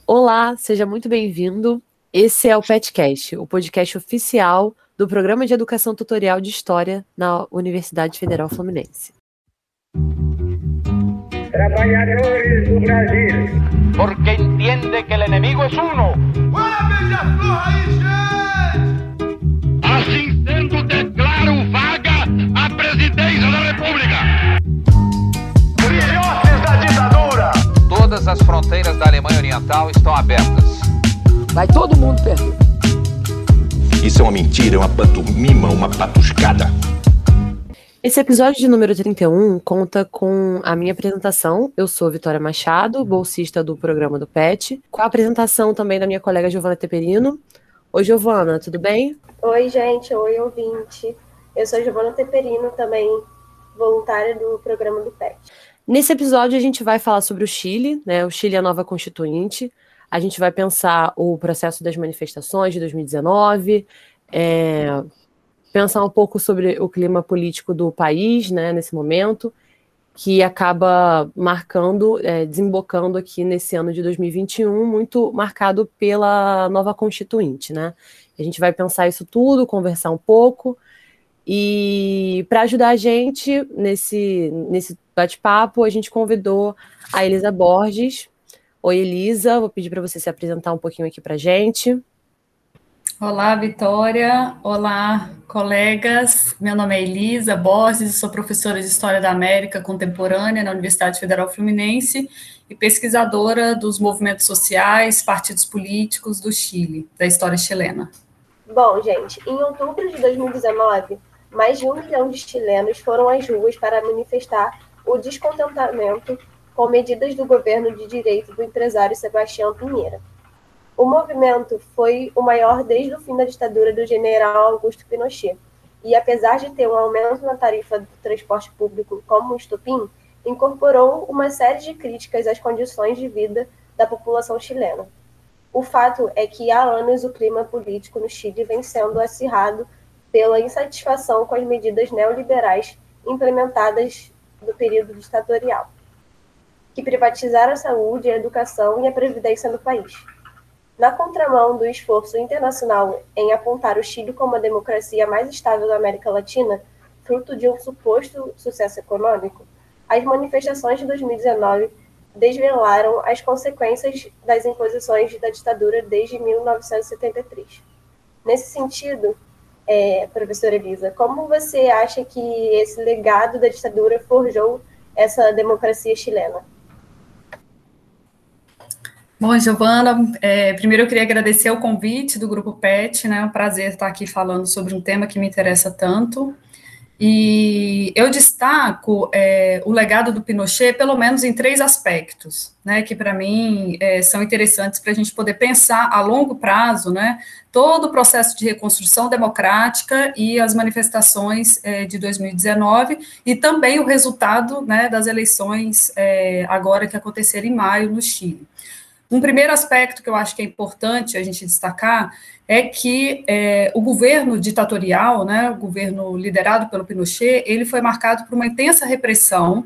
Olá, seja muito bem-vindo. Esse é o PetCast, o podcast oficial do Programa de Educação Tutorial de História na Universidade Federal Fluminense. Trabalhadores do Brasil, porque entende que o inimigo é uno. Assim sendo, declaro vaga a presidência da República. Filhotes da ditadura. Todas as fronteiras da Alemanha Oriental estão abertas. Vai todo mundo perder. Isso é uma mentira, é uma pantomima, uma patuscada. Esse episódio de número 31 conta com a minha apresentação. Eu sou Vitória Machado, bolsista do programa do PET, com a apresentação também da minha colega Giovana Teperino. Oi, Giovana, tudo bem? Oi, gente. Oi, ouvinte. Eu sou Giovana Teperino, também voluntária do programa do PET. Nesse episódio a gente vai falar sobre o Chile, né? O Chile é a nova constituinte. A gente vai pensar o processo das manifestações de 2019, pensar um pouco sobre o clima político do país, né, nesse momento, que acaba marcando, desembocando aqui nesse ano de 2021, muito marcado pela nova constituinte, né? A gente vai pensar isso tudo, conversar um pouco, e para ajudar a gente nesse bate-papo, a gente convidou a Elisa Borges. Oi, Elisa, vou pedir para você se apresentar um pouquinho aqui para a gente. Olá, Vitória. Olá, colegas. Meu nome é Elisa Borges, sou professora de História da América Contemporânea na Universidade Federal Fluminense e pesquisadora dos movimentos sociais, partidos políticos do Chile, da história chilena. Bom, gente, em outubro de 2019, mais de 1 milhão de chilenos foram às ruas para manifestar o descontentamento com medidas do governo de direita do empresário Sebastião Pinheira. O movimento foi o maior desde o fim da ditadura do general Augusto Pinochet, e apesar de ter um aumento na tarifa do transporte público como um estopim, incorporou uma série de críticas às condições de vida da população chilena. O fato é que há anos o clima político no Chile vem sendo acirrado pela insatisfação com as medidas neoliberais implementadas no período ditatorial, que privatizaram a saúde, a educação e a previdência no país. Na contramão do esforço internacional em apontar o Chile como a democracia mais estável da América Latina, fruto de um suposto sucesso econômico, as manifestações de 2019 desvelaram as consequências das imposições da ditadura desde 1973. Nesse sentido, professora Elisa, como você acha que esse legado da ditadura forjou essa democracia chilena? Bom, Giovana, primeiro eu queria agradecer o convite do Grupo PET, né? É um prazer estar aqui falando sobre um tema que me interessa tanto. E eu destaco o legado do Pinochet, pelo menos em 3 aspectos, né, que para mim são interessantes para a gente poder pensar a longo prazo, né, todo o processo de reconstrução democrática e as manifestações de 2019 e também o resultado, né, das eleições agora que aconteceram em maio no Chile. Um primeiro aspecto que eu acho que é importante a gente destacar é que o governo ditatorial, né, o governo liderado pelo Pinochet, ele foi marcado por uma intensa repressão,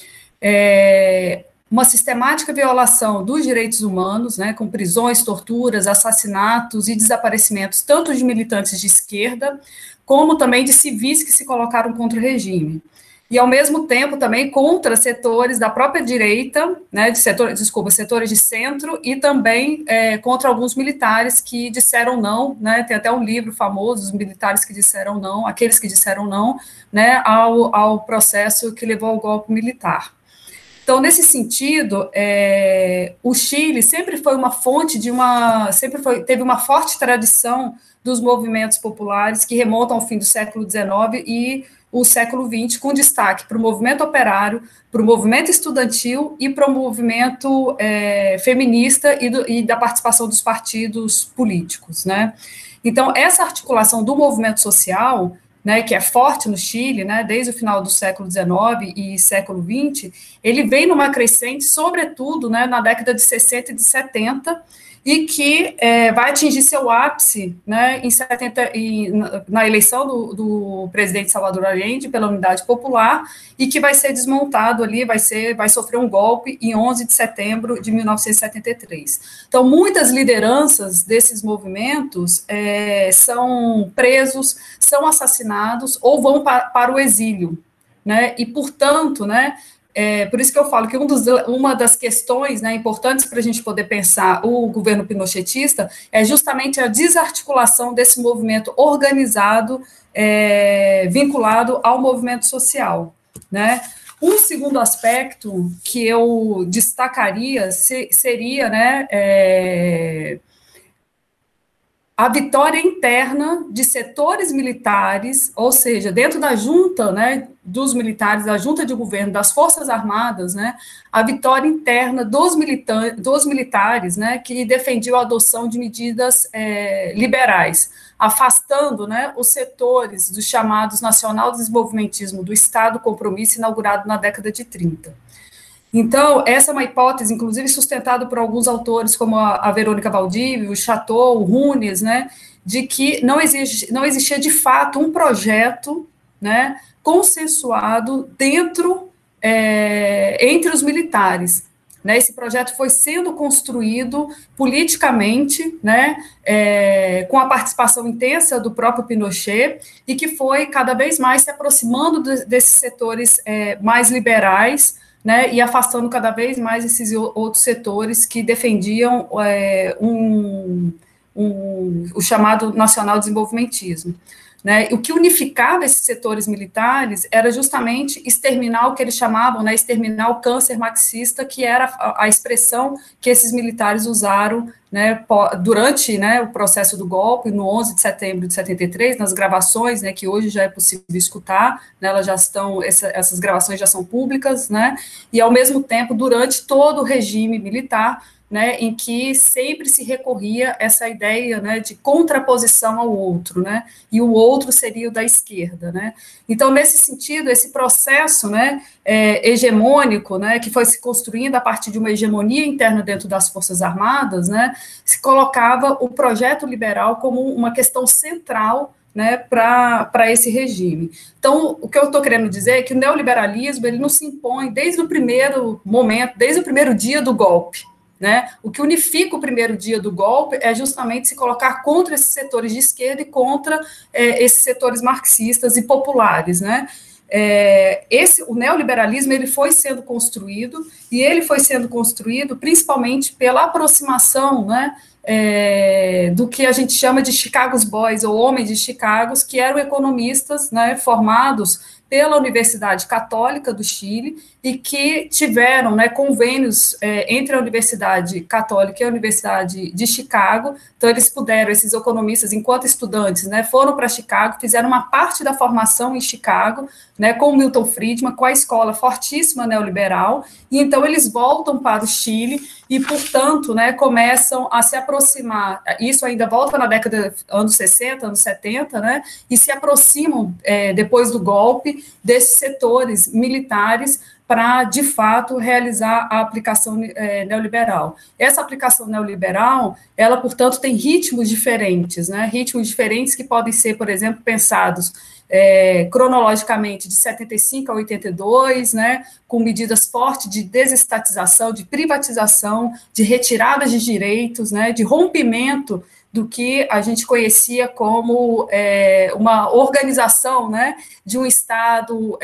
uma sistemática violação dos direitos humanos, né, com prisões, torturas, assassinatos e desaparecimentos, tanto de militantes de esquerda, como também de civis que se colocaram contra o regime. E, ao mesmo tempo, também contra setores da própria direita, né, setores de centro, e também contra alguns militares que disseram não, né, tem até um livro famoso, os militares que disseram não, aqueles que disseram não, né, ao processo que levou ao golpe militar. Então, nesse sentido, o Chile sempre foi uma fonte teve uma forte tradição dos movimentos populares que remontam ao fim do século XIX e o século XX, com destaque para o movimento operário, para o movimento estudantil e para o movimento feminista e da participação dos partidos políticos, né? Então, essa articulação do movimento social né, que é forte no Chile, né, desde o final do século XIX e século XX, ele vem numa crescente, sobretudo, né, na década de 60 e de 70, e que vai atingir seu ápice, né, na eleição do presidente Salvador Allende pela Unidade Popular, e que vai ser desmontado ali, vai sofrer um golpe em 11 de setembro de 1973. Então, muitas lideranças desses movimentos são presos, são assassinados ou vão para o exílio, né, e, portanto, né, por isso que eu falo que uma das questões, né, importantes para a gente poder pensar o governo pinochetista é justamente a desarticulação desse movimento organizado vinculado ao movimento social, né? Um segundo aspecto que eu destacaria seria, né, a vitória interna de setores militares, ou seja, dentro da junta, né, dos militares, da junta de governo, das Forças Armadas, né, a vitória interna dos militares, né, que defendiam a adoção de medidas liberais, afastando, né, os setores dos chamados nacional-desenvolvimentismo do Estado Compromisso, inaugurado na década de 30. Então, essa é uma hipótese, inclusive, sustentada por alguns autores, como a Verônica Valdívia, o Chateau, o Runes, né, de que não existia, de fato, um projeto, né, consensuado entre os militares. Né, esse projeto foi sendo construído politicamente, né, com a participação intensa do próprio Pinochet, e que foi cada vez mais se aproximando desses setores mais liberais, né, e afastando cada vez mais esses outros setores que defendiam o chamado nacional-desenvolvimentismo. Né, o que unificava esses setores militares era justamente exterminar o que eles chamavam, né, exterminar o câncer marxista, que era a expressão que esses militares usaram, né, durante, né, o processo do golpe, no 11 de setembro de 73, nas gravações, né, que hoje já é possível escutar, né, elas já estão, essas gravações já são públicas, né, e ao mesmo tempo, durante todo o regime militar, né, em que sempre se recorria essa ideia, né, de contraposição ao outro, né, e o outro seria o da esquerda, né. Então, nesse sentido, esse processo, né, hegemônico, né, que foi se construindo a partir de uma hegemonia interna dentro das Forças Armadas, né, se colocava o projeto liberal como uma questão central, né, para esse regime. Então, o que eu estou querendo dizer é que o neoliberalismo ele não se impõe desde o primeiro momento, desde o primeiro dia do golpe. Né? O que unifica o primeiro dia do golpe é justamente se colocar contra esses setores de esquerda e contra esses setores marxistas e populares, né? O neoliberalismo ele foi sendo construído, e ele foi sendo construído principalmente pela aproximação, né, do que a gente chama de Chicago's Boys, ou Homens de Chicago, que eram economistas, né, formados pela Universidade Católica do Chile, e que tiveram, né, convênios entre a Universidade Católica e a Universidade de Chicago. Então, eles puderam, esses economistas, enquanto estudantes, né, foram para Chicago, fizeram uma parte da formação em Chicago, né, com Milton Friedman, com a escola fortíssima neoliberal, e então eles voltam para o Chile e, portanto, né, começam a se aproximar, isso ainda volta na década anos 60, anos 70, né, e se aproximam, depois do golpe, desses setores militares para, de fato, realizar a aplicação neoliberal. Essa aplicação neoliberal, ela, portanto, tem ritmos diferentes, né, ritmos diferentes que podem ser, por exemplo, pensados cronologicamente de 75 a 82, né, com medidas fortes de desestatização, de privatização, de retiradas de direitos, né, de rompimento do que a gente conhecia como uma organização, né, de um Estado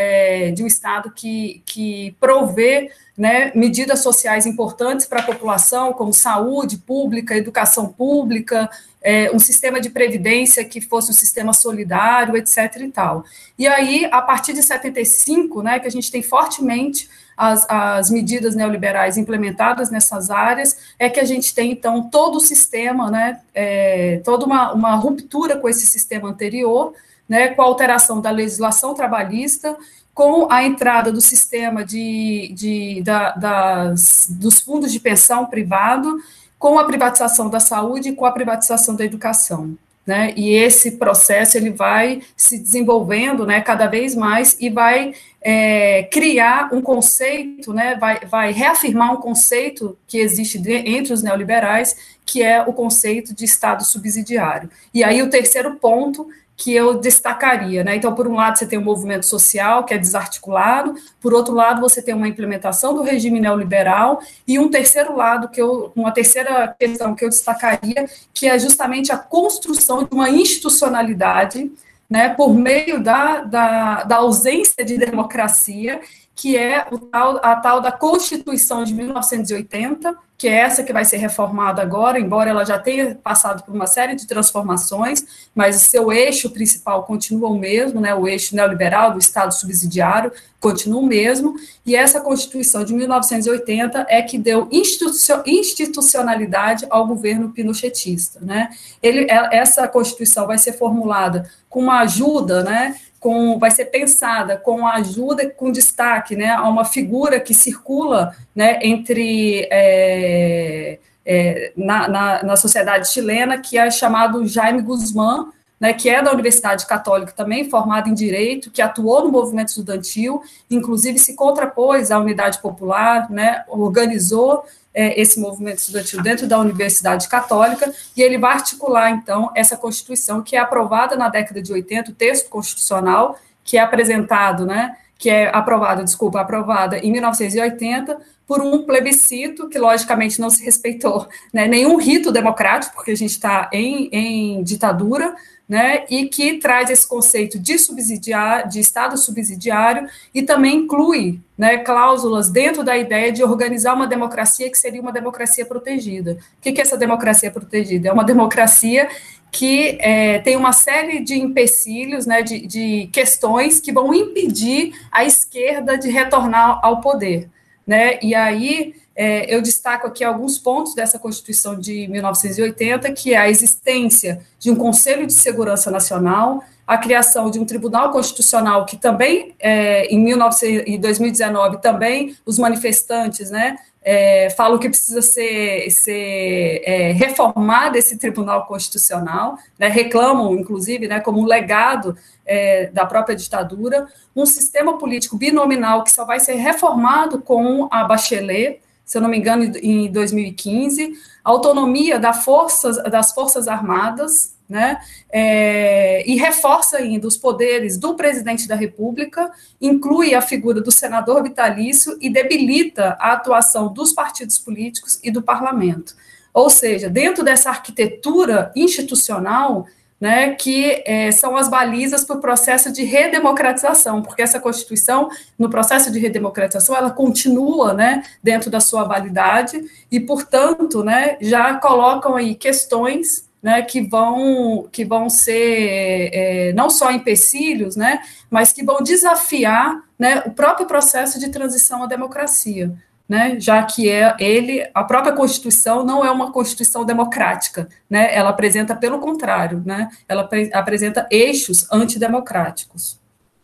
que provê, né, medidas sociais importantes para a população, como saúde pública, educação pública, um sistema de previdência que fosse um sistema solidário, etc. e tal. E aí, a partir de 75, né, que a gente tem fortemente as medidas neoliberais implementadas nessas áreas, é que a gente tem, então, todo o sistema, né, toda uma ruptura com esse sistema anterior, né, com a alteração da legislação trabalhista, com a entrada do sistema dos fundos de pensão privado, com a privatização da saúde e com a privatização da educação. né? E esse processo ele vai se desenvolvendo, né, cada vez mais e vai criar um conceito, né, vai reafirmar um conceito que existe entre os neoliberais, que é o conceito de Estado subsidiário. E aí o terceiro ponto que eu destacaria, né? Então, por um lado, você tem um movimento social que é desarticulado, por outro lado, você tem uma implementação do regime neoliberal, e um terceiro lado, uma terceira questão que eu destacaria, que é justamente a construção de uma institucionalidade, né, por meio da ausência de democracia, que é a tal da Constituição de 1980, que é essa que vai ser reformada agora, embora ela já tenha passado por uma série de transformações, mas o seu eixo principal continua o mesmo, né, o eixo neoliberal do Estado subsidiário continua o mesmo, e essa Constituição de 1980 é que deu institucionalidade ao governo pinochetista, né. Essa Constituição vai ser formulada com uma ajuda, né, vai ser pensada com a ajuda, com destaque, né, a uma figura que circula, né, entre na sociedade chilena, que é chamado Jaime Guzmán, né, que é da Universidade Católica também, formado em Direito, que atuou no movimento estudantil, inclusive se contrapôs à Unidade Popular, né, organizou esse movimento estudantil dentro da Universidade Católica, e ele vai articular, então, essa Constituição, que é aprovada na década de 80, o texto constitucional, que é apresentado, né, aprovada em 1980, por um plebiscito que, logicamente, não se respeitou, né, nenhum rito democrático, porque a gente está em ditadura, né, e que traz esse conceito de Estado subsidiário e também inclui, né, cláusulas dentro da ideia de organizar uma democracia que seria uma democracia protegida. O que é essa democracia protegida? É uma democracia que tem uma série de empecilhos, né, de questões que vão impedir a esquerda de retornar ao poder, né, e aí eu destaco aqui alguns pontos dessa Constituição de 1980, que é a existência de um Conselho de Segurança Nacional, a criação de um Tribunal Constitucional, que também, em 2019, também os manifestantes, né, falam que precisa ser reformado esse Tribunal Constitucional, né, reclamam, inclusive, né, como um legado da própria ditadura, um sistema político binominal que só vai ser reformado com a Bachelet, se eu não me engano, em 2015, autonomia das Forças Armadas, né, e reforça ainda os poderes do presidente da República, inclui a figura do senador vitalício e debilita a atuação dos partidos políticos e do parlamento. Ou seja, dentro dessa arquitetura institucional, né, que são as balizas para o processo de redemocratização, porque essa Constituição, no processo de redemocratização, ela continua, né, dentro da sua validade e, portanto, né, já colocam aí questões, né, que vão ser não só empecilhos, né, mas que vão desafiar, né, o próprio processo de transição à democracia, né, já que a própria Constituição não é uma Constituição democrática, né, ela apresenta, pelo contrário, né, ela apresenta eixos antidemocráticos.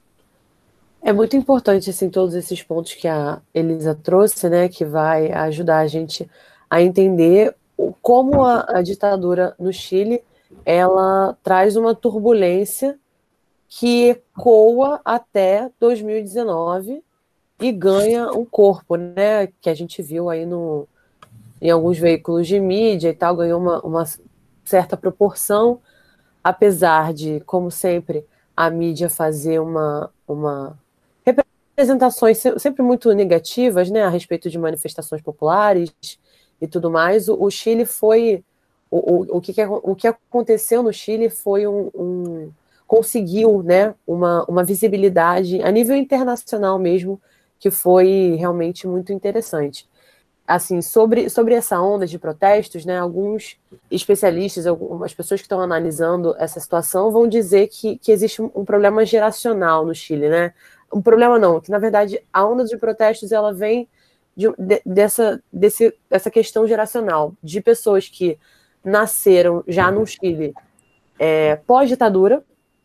É muito importante, assim, todos esses pontos que a Elisa trouxe, né, que vai ajudar a gente a entender como a ditadura no Chile, ela traz uma turbulência que ecoa até 2019, e ganha um corpo, né, que a gente viu aí em alguns veículos de mídia e tal, ganhou uma certa proporção, apesar de, como sempre, a mídia fazer uma representações sempre muito negativas, né, a respeito de manifestações populares e tudo mais. O Chile foi... O que aconteceu no Chile foi conseguiu, né, uma visibilidade a nível internacional mesmo, que foi realmente muito interessante. Assim, sobre essa onda de protestos, né, alguns especialistas, algumas pessoas que estão analisando essa situação vão dizer que existe um problema geracional no Chile, né? Um problema não, que na verdade a onda de protestos ela vem dessa questão geracional, de pessoas que nasceram já no Chile pós-ditadura,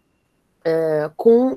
com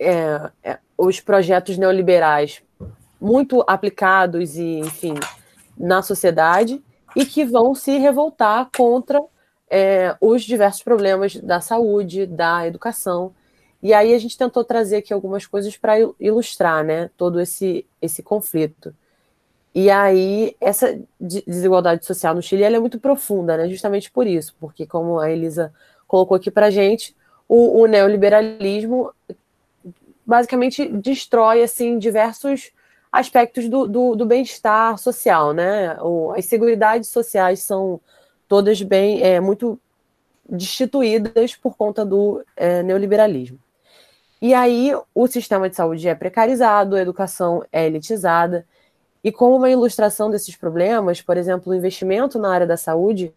os projetos neoliberais muito aplicados e, enfim, na sociedade, e que vão se revoltar contra os diversos problemas da saúde, da educação. E aí a gente tentou trazer aqui algumas coisas para ilustrar, né, todo esse conflito. E aí essa desigualdade social no Chile ela é muito profunda, né, justamente por isso, porque como a Elisa colocou aqui para a gente, o neoliberalismo basicamente destrói assim, diversos aspectos do bem-estar social, né? As seguridades sociais são todas muito destituídas por conta do neoliberalismo. E aí o sistema de saúde é precarizado, a educação é elitizada, e como uma ilustração desses problemas, por exemplo, o investimento na área da saúde,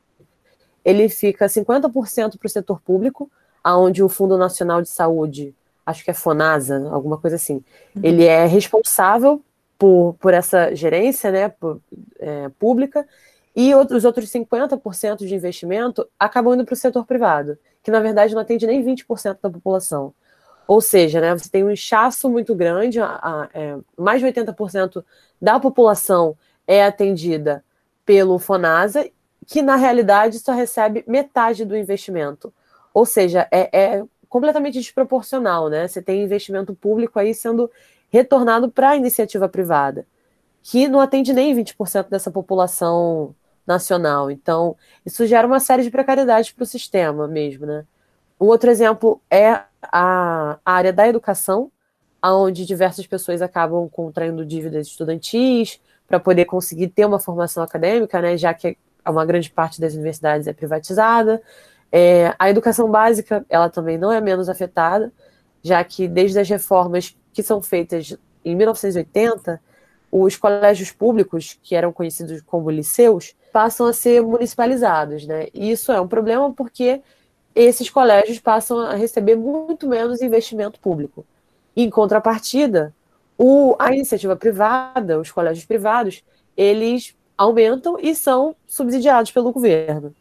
ele fica 50% para o setor público, onde o Fundo Nacional de Saúde, acho que é FONASA, alguma coisa assim, ele é responsável por essa gerência, né, pública, e os outros 50% de investimento acabam indo para o setor privado, que na verdade não atende nem 20% da população. Ou seja, né, você tem um inchaço muito grande, mais de 80% da população é atendida pelo FONASA, que na realidade só recebe metade do investimento. Ou seja, é completamente desproporcional, né? Você tem investimento público aí sendo retornado para a iniciativa privada, que não atende nem 20% dessa população nacional. Então, isso gera uma série de precariedades para o sistema mesmo, né? Um outro exemplo é a área da educação, onde diversas pessoas acabam contraindo dívidas estudantis para poder conseguir ter uma formação acadêmica, né? Já que uma grande parte das universidades é privatizada. A educação básica, ela também não é menos afetada, já que desde as reformas que são feitas em 1980, os colégios públicos, que eram conhecidos como liceus, passam a ser municipalizados, né? E isso é um problema porque esses colégios passam a receber muito menos investimento público. Em contrapartida, a iniciativa privada, os colégios privados, eles aumentam e são subsidiados pelo governo.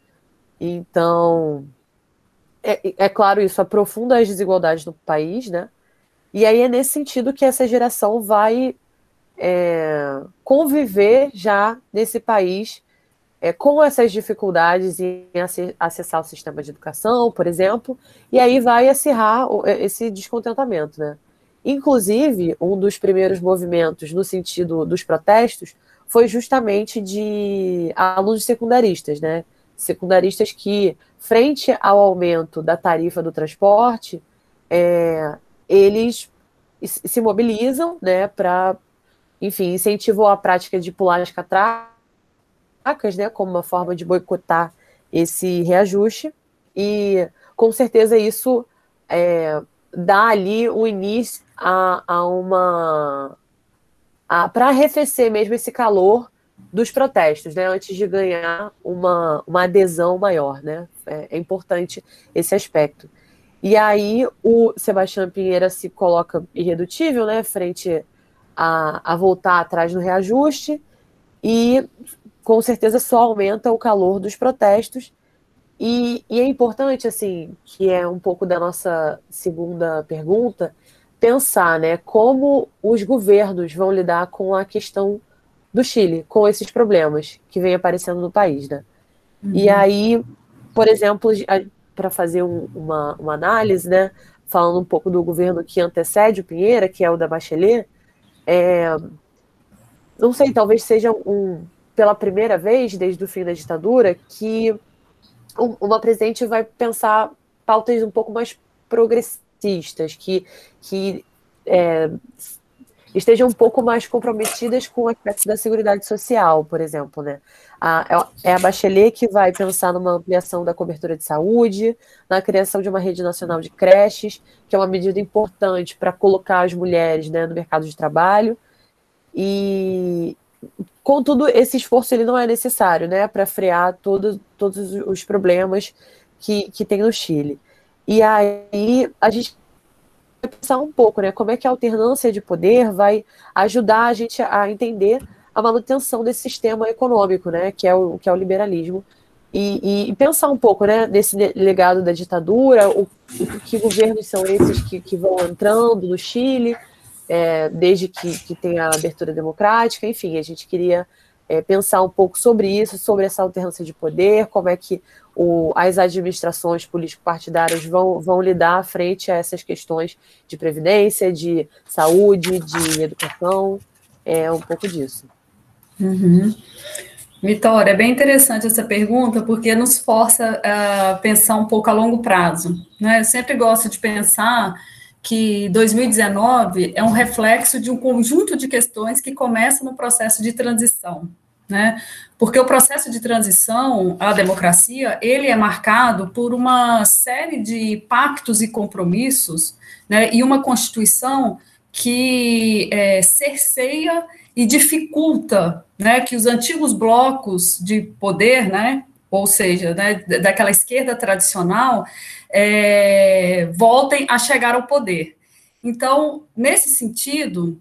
Então, é claro, isso aprofunda as desigualdades no país, né? E aí é nesse sentido que essa geração vai conviver já nesse país com essas dificuldades em acessar o sistema de educação, por exemplo, e aí vai acirrar esse descontentamento, né? Inclusive, um dos primeiros movimentos no sentido dos protestos foi justamente de alunos secundaristas, né? Secundaristas que, frente ao aumento da tarifa do transporte, eles se mobilizam, né, para, enfim, incentivam a prática de pular as catracas, né, como uma forma de boicotar esse reajuste, e com certeza isso dá ali um início para arrefecer mesmo esse calor dos protestos, né, antes de ganhar uma adesão maior, né? É importante esse aspecto. E aí o Sebastião Pinheira se coloca irredutível, né, frente a voltar atrás no reajuste, e com certeza só aumenta o calor dos protestos. E é importante, assim, que é um pouco da nossa segunda pergunta, pensar, né, como os governos vão lidar com a questão do Chile, com esses problemas que vem aparecendo no país, né? E aí, por exemplo, para fazer uma análise, né, falando um pouco do governo que antecede o Pinheira, que é o da Bachelet, não sei, talvez seja pela primeira vez desde o fim da ditadura que uma presidente vai pensar pautas um pouco mais progressistas, que estejam um pouco mais comprometidas com o aspecto da seguridade social, por exemplo, né? É a Bachelet que vai pensar numa ampliação da cobertura de saúde, na criação de uma rede nacional de creches, que é uma medida importante para colocar as mulheres, né, no mercado de trabalho. E, contudo, esse esforço ele não é necessário, né, para frear todos os problemas que tem no Chile. E aí a gente pensar um pouco, né, como é que a alternância de poder vai ajudar a gente a entender a manutenção desse sistema econômico, né, que é o liberalismo, e pensar um pouco, né, nesse legado da ditadura, que governos são esses que vão entrando no Chile, desde que tem a abertura democrática, enfim, a gente queria pensar um pouco sobre isso, sobre essa alternância de poder, como é que as administrações político-partidárias vão lidar frente a essas questões de previdência, de saúde, de educação, um pouco disso. Uhum. Vitória, é bem interessante essa pergunta, porque nos força a pensar um pouco a longo prazo, né? Eu sempre gosto de pensar que 2019 é um reflexo de um conjunto de questões que começam no processo de transição, né? Porque o processo de transição à democracia, ele é marcado por uma série de pactos e compromissos, né? E uma Constituição que cerceia e dificulta, né, que os antigos blocos de poder, né, ou seja, né, daquela esquerda tradicional, voltem a chegar ao poder. Então, nesse sentido,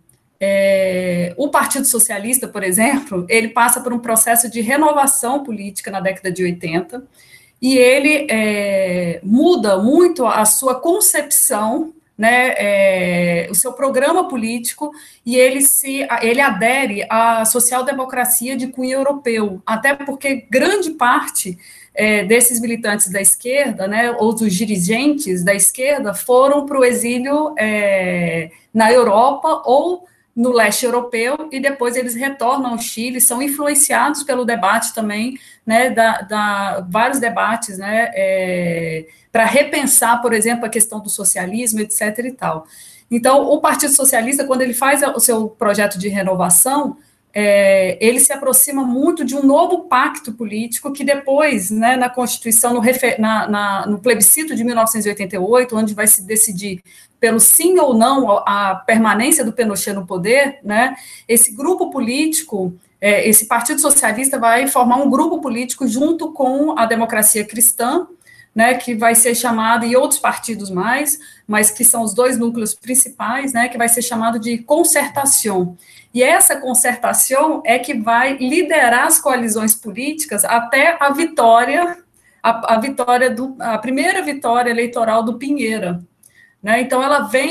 o Partido Socialista, por exemplo, ele passa por um processo de renovação política na década de 80, e ele muda muito a sua concepção, né, o seu programa político, e ele adere à social-democracia de cunho europeu, até porque grande parte desses militantes da esquerda, né, ou dos dirigentes da esquerda, foram para o exílio na Europa ou no leste europeu, e depois eles retornam ao Chile, são influenciados pelo debate também, né, vários debates, né, para repensar, por exemplo, a questão do socialismo, etc. e tal. Então, o Partido Socialista, quando ele faz o seu projeto de renovação, ele se aproxima muito de um novo pacto político que depois, né, na Constituição, no plebiscito de 1988, onde vai se decidir pelo sim ou não a permanência do Pinochet no poder, né, esse grupo político, esse Partido Socialista vai formar um grupo político junto com a Democracia Cristã, né, que vai ser chamado, e outros partidos mais, mas que são os dois núcleos principais, né, que vai ser chamado de concertação. E essa concertação é que vai liderar as coalizões políticas até a vitória, a primeira vitória eleitoral do Pinheira. Né? Então,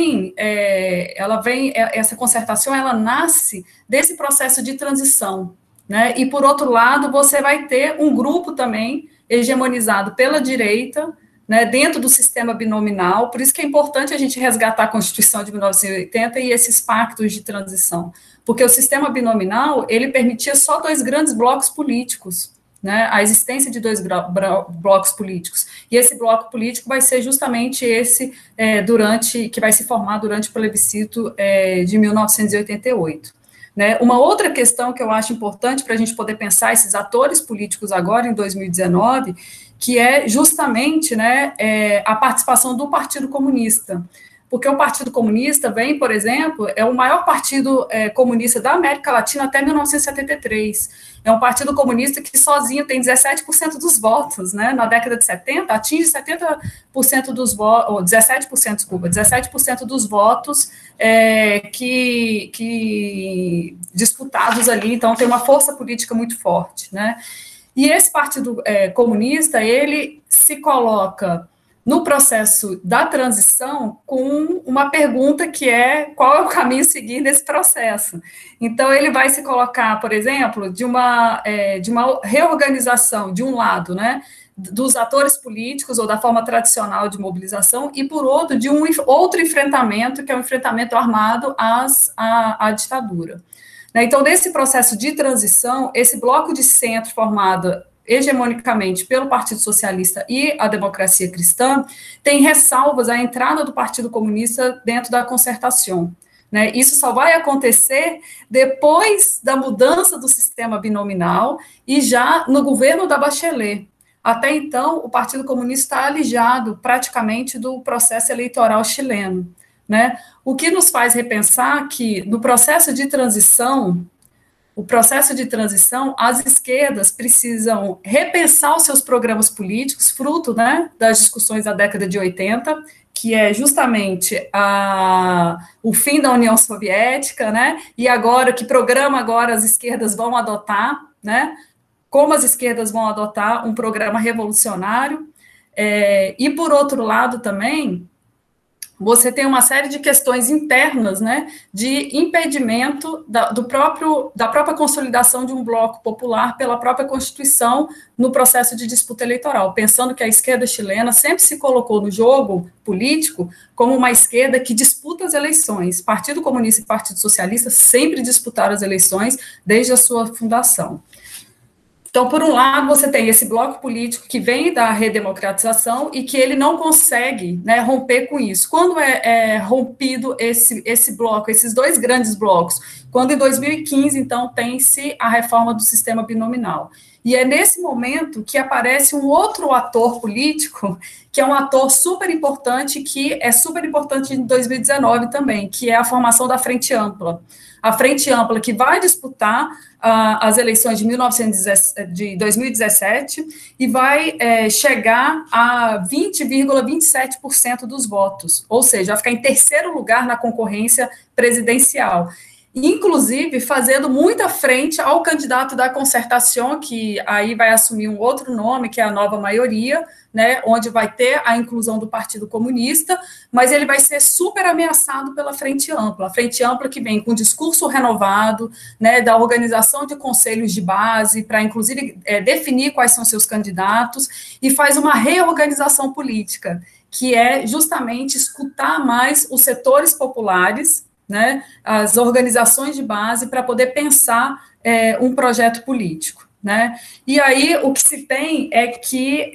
essa concertação, ela nasce desse processo de transição. Né? E, por outro lado, você vai ter um grupo também hegemonizado pela direita, né, dentro do sistema binominal, por isso que é importante a gente resgatar a Constituição de 1980 e esses pactos de transição, porque o sistema binominal, ele permitia só dois grandes blocos políticos, né, a existência de dois blocos políticos, e esse bloco político vai ser justamente esse que vai se formar durante o plebiscito de 1988. Né? Uma outra questão que eu acho importante para a gente poder pensar esses atores políticos agora, em 2019, que é justamente, né, a participação do Partido Comunista. Porque o Partido Comunista vem, por exemplo, é o maior partido comunista da América Latina até 1973. É um partido comunista que sozinho tem 17% dos votos, né? Na década de 70, atinge 70% dos votos, ou 17%, desculpa, 17% dos votos que disputados ali, então tem uma força política muito forte, né? E esse Partido Comunista, ele se coloca no processo da transição com uma pergunta que é qual é o caminho a seguir nesse processo. Então, ele vai se colocar, por exemplo, de uma reorganização, de um lado, né, dos atores políticos ou da forma tradicional de mobilização, e, por outro, de um outro enfrentamento, que é o enfrentamento armado à ditadura. Então, nesse processo de transição, esse bloco de centro formado hegemonicamente pelo Partido Socialista e a Democracia Cristã, tem ressalvas à entrada do Partido Comunista dentro da concertação. Né? Isso só vai acontecer depois da mudança do sistema binominal e já no governo da Bachelet. Até então, o Partido Comunista está alijado praticamente do processo eleitoral chileno. Né? O que nos faz repensar que, no processo de transição, as esquerdas precisam repensar os seus programas políticos, fruto, né, das discussões da década de 80, que é justamente o fim da União Soviética, né, e agora, que programa agora as esquerdas vão adotar, né, como as esquerdas vão adotar um programa revolucionário, e, por outro lado, também, você tem uma série de questões internas, né, de impedimento da própria consolidação de um bloco popular pela própria Constituição no processo de disputa eleitoral, pensando que a esquerda chilena sempre se colocou no jogo político como uma esquerda que disputa as eleições. Partido Comunista e Partido Socialista sempre disputaram as eleições desde a sua fundação. Então, por um lado, você tem esse bloco político que vem da redemocratização e que ele não consegue, né, romper com isso. Quando é rompido esse bloco, esses dois grandes blocos? Quando, em 2015, então, tem-se a reforma do sistema binominal. E é nesse momento que aparece um outro ator político, que é um ator super importante, que é super importante em 2019 também, que é a formação da Frente Ampla. A Frente Ampla que vai disputar as eleições de 2017 e vai chegar a 20,27% dos votos, ou seja, vai ficar em terceiro lugar na concorrência presidencial. Inclusive fazendo muita frente ao candidato da Concertação, que aí vai assumir um outro nome, que é a Nova Maioria, né, onde vai ter a inclusão do Partido Comunista, mas ele vai ser super ameaçado pela Frente Ampla. A Frente Ampla que vem com um discurso renovado, né, da organização de conselhos de base, para, inclusive, definir quais são seus candidatos, e faz uma reorganização política, que é justamente escutar mais os setores populares, né, as organizações de base, para poder pensar um projeto político. Né? E aí o que se tem é que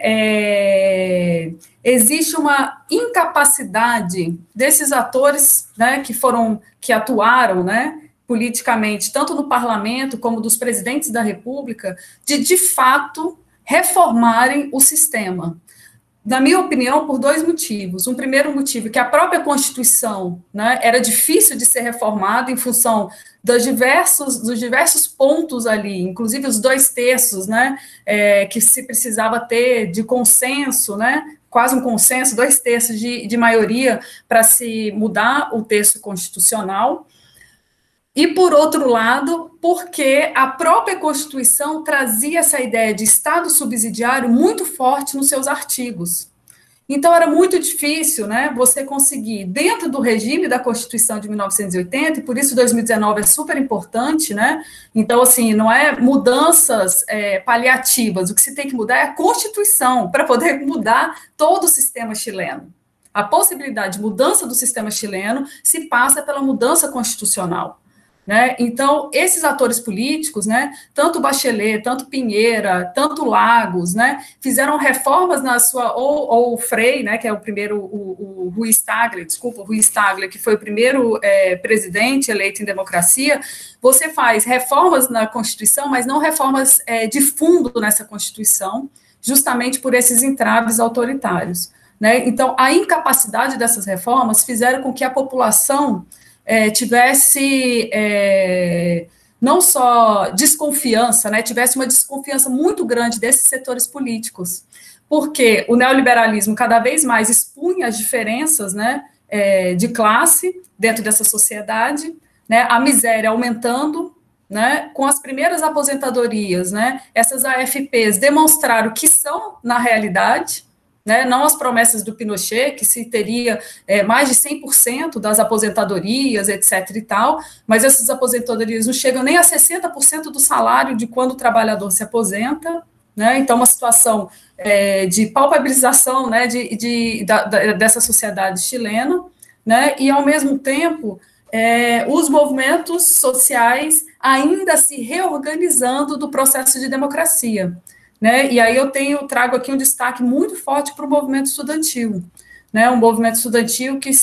existe uma incapacidade desses atores, né, que atuaram, né, politicamente, tanto no parlamento como dos presidentes da República, de fato reformarem o sistema. Na minha opinião, por dois motivos. Um primeiro motivo, que a própria Constituição, né, era difícil de ser reformada em função dos diversos pontos ali, inclusive os 2/3, né, que se precisava ter de consenso, né, quase um consenso, 2/3 de maioria para se mudar o texto constitucional. E, por outro lado, porque a própria Constituição trazia essa ideia de Estado subsidiário muito forte nos seus artigos. Então, era muito difícil, né, você conseguir, dentro do regime da Constituição de 1980, e por isso 2019 é super importante, né, então, assim, não é mudanças paliativas, o que se tem que mudar é a Constituição, para poder mudar todo o sistema chileno. A possibilidade de mudança do sistema chileno se passa pela mudança constitucional. Né? Então, esses atores políticos, né, tanto Bachelet, tanto Pinheira, tanto Lagos, né, fizeram reformas na sua, ou o Frei, né, que é o primeiro, o Ruiz Tagle, que foi o primeiro presidente eleito em democracia. Você faz reformas na Constituição, mas não reformas de fundo nessa Constituição, justamente por esses entraves autoritários. Né? Então, a incapacidade dessas reformas fizeram com que a população tivesse não só desconfiança, né, tivesse uma desconfiança muito grande desses setores políticos, porque o neoliberalismo cada vez mais expunha as diferenças, né, de classe dentro dessa sociedade, né, a miséria aumentando, né, com as primeiras aposentadorias, né, essas AFPs demonstraram que são, na realidade, né, não as promessas do Pinochet, que se teria mais de 100% das aposentadorias, etc. e tal, mas essas aposentadorias não chegam nem a 60% do salário de quando o trabalhador se aposenta, né, então uma situação de palpabilização, né, dessa sociedade chilena, né, e ao mesmo tempo os movimentos sociais ainda se reorganizando do processo de democracia. Né, e aí eu trago aqui um destaque muito forte para o movimento estudantil, né, um movimento estudantil que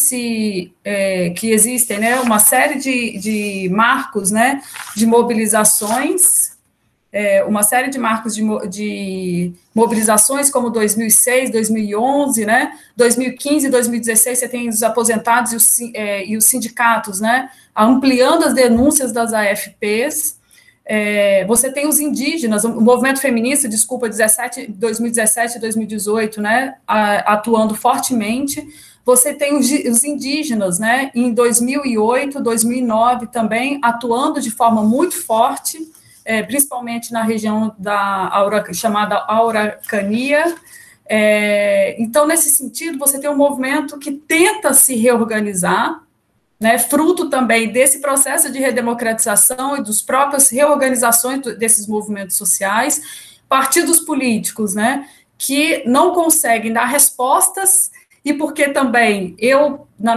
existem, né, uma série de marcos, né, de mobilizações, uma série de marcos de mobilizações como 2006, 2011, né, 2015 e 2016 você tem os aposentados e os sindicatos, né, ampliando as denúncias das AFPs. Você tem os indígenas, o movimento feminista, 2017 e 2018, né, atuando fortemente. Você tem os indígenas, né, em 2008, 2009 também, atuando de forma muito forte, principalmente na região chamada Araucania, Então, nesse sentido, você tem um movimento que tenta se reorganizar, né, fruto também desse processo de redemocratização e dos próprias reorganizações desses movimentos sociais, partidos políticos, né, que não conseguem dar respostas, e porque também na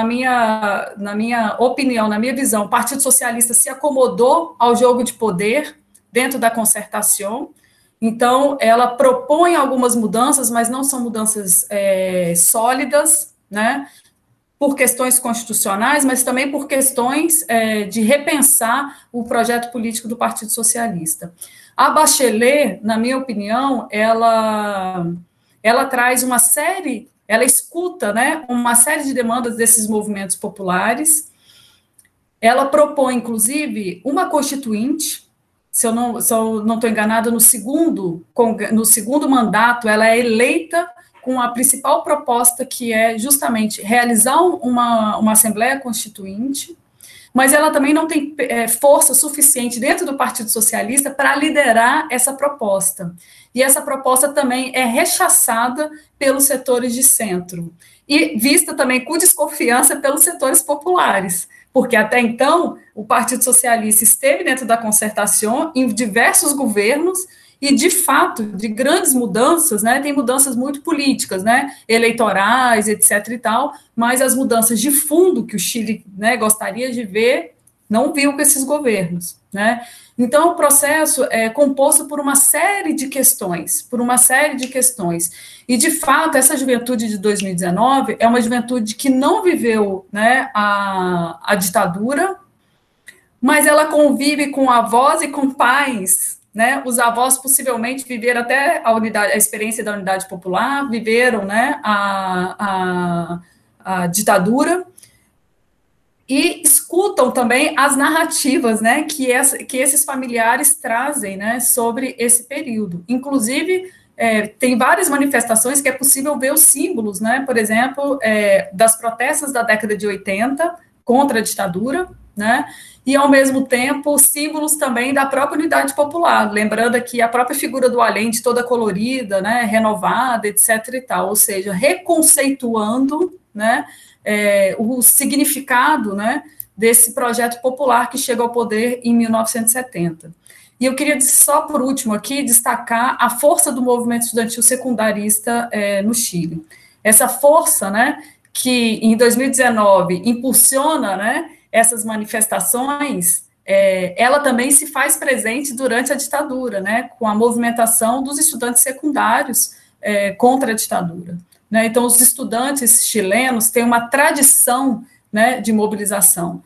minha opinião, na minha visão, o Partido Socialista se acomodou ao jogo de poder dentro da concertação. Então, ela propõe algumas mudanças, mas não são mudanças sólidas, né, por questões constitucionais, mas também por questões de repensar o projeto político do Partido Socialista. A Bachelet, na minha opinião, ela traz uma série, ela escuta, né, uma série de demandas desses movimentos populares. Ela propõe, inclusive, uma constituinte. Se eu não estou enganada, no segundo mandato, ela é eleita com a principal proposta, que é justamente realizar uma Assembleia Constituinte, mas ela também não tem força suficiente dentro do Partido Socialista para liderar essa proposta. E essa proposta também é rechaçada pelos setores de centro, e vista também com desconfiança pelos setores populares, porque até então o Partido Socialista esteve dentro da concertação em diversos governos, e, de fato, de grandes mudanças, né, tem mudanças muito políticas, né, eleitorais, etc. e tal, mas as mudanças de fundo que o Chile, né, gostaria de ver, não viu com esses governos, né. Então, o processo é composto por uma série de questões, e, de fato, essa juventude de 2019 é uma juventude que não viveu, né, a ditadura, mas ela convive com avós e com pais, né, os avós possivelmente viveram até a experiência da Unidade Popular, viveram, né, a ditadura, e escutam também as narrativas, né, que esses familiares trazem, né, sobre esse período. Inclusive, tem várias manifestações que é possível ver os símbolos, né, por exemplo, das protestas da década de 80 contra a ditadura, né, e, ao mesmo tempo, símbolos também da própria Unidade Popular, lembrando aqui a própria figura do Allende toda colorida, né, renovada, etc. e tal, ou seja, reconceituando, né, o significado, né, desse projeto popular que chega ao poder em 1970. E eu queria só, por último, aqui, destacar a força do movimento estudantil secundarista no Chile. Essa força, né, que em 2019 impulsiona, né, essas manifestações, ela também se faz presente durante a ditadura, né, com a movimentação dos estudantes secundários contra a ditadura, né. Então, os estudantes chilenos têm uma tradição, né, de mobilização,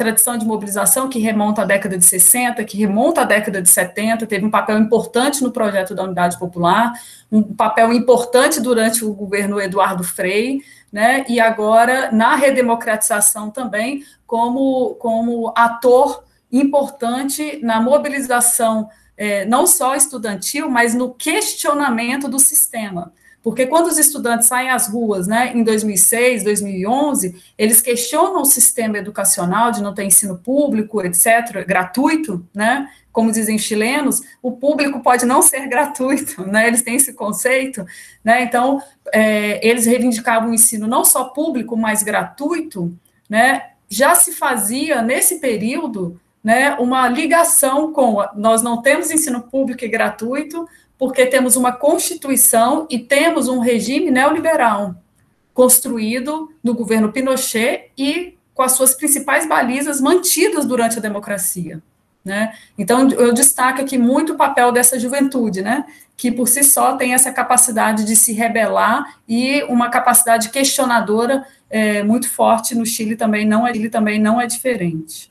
que remonta à década de 60, que remonta à década de 70, teve um papel importante no projeto da Unidade Popular, um papel importante durante o governo Eduardo Frei, né, e agora na redemocratização também, como ator importante na mobilização, não só estudantil, mas no questionamento do sistema. Porque quando os estudantes saem às ruas, né, em 2006, 2011, eles questionam o sistema educacional de não ter ensino público, etc., gratuito, né, como dizem chilenos, o público pode não ser gratuito, né, eles têm esse conceito, né, então, eles reivindicavam o ensino não só público, mas gratuito, né, já se fazia, nesse período, né, uma ligação com, nós não temos ensino público e gratuito, porque temos uma Constituição e temos um regime neoliberal construído no governo Pinochet e com as suas principais balizas mantidas durante a democracia, né? Então, eu destaco aqui muito o papel dessa juventude, né, que por si só tem essa capacidade de se rebelar e uma capacidade questionadora muito forte no Chile também não é diferente.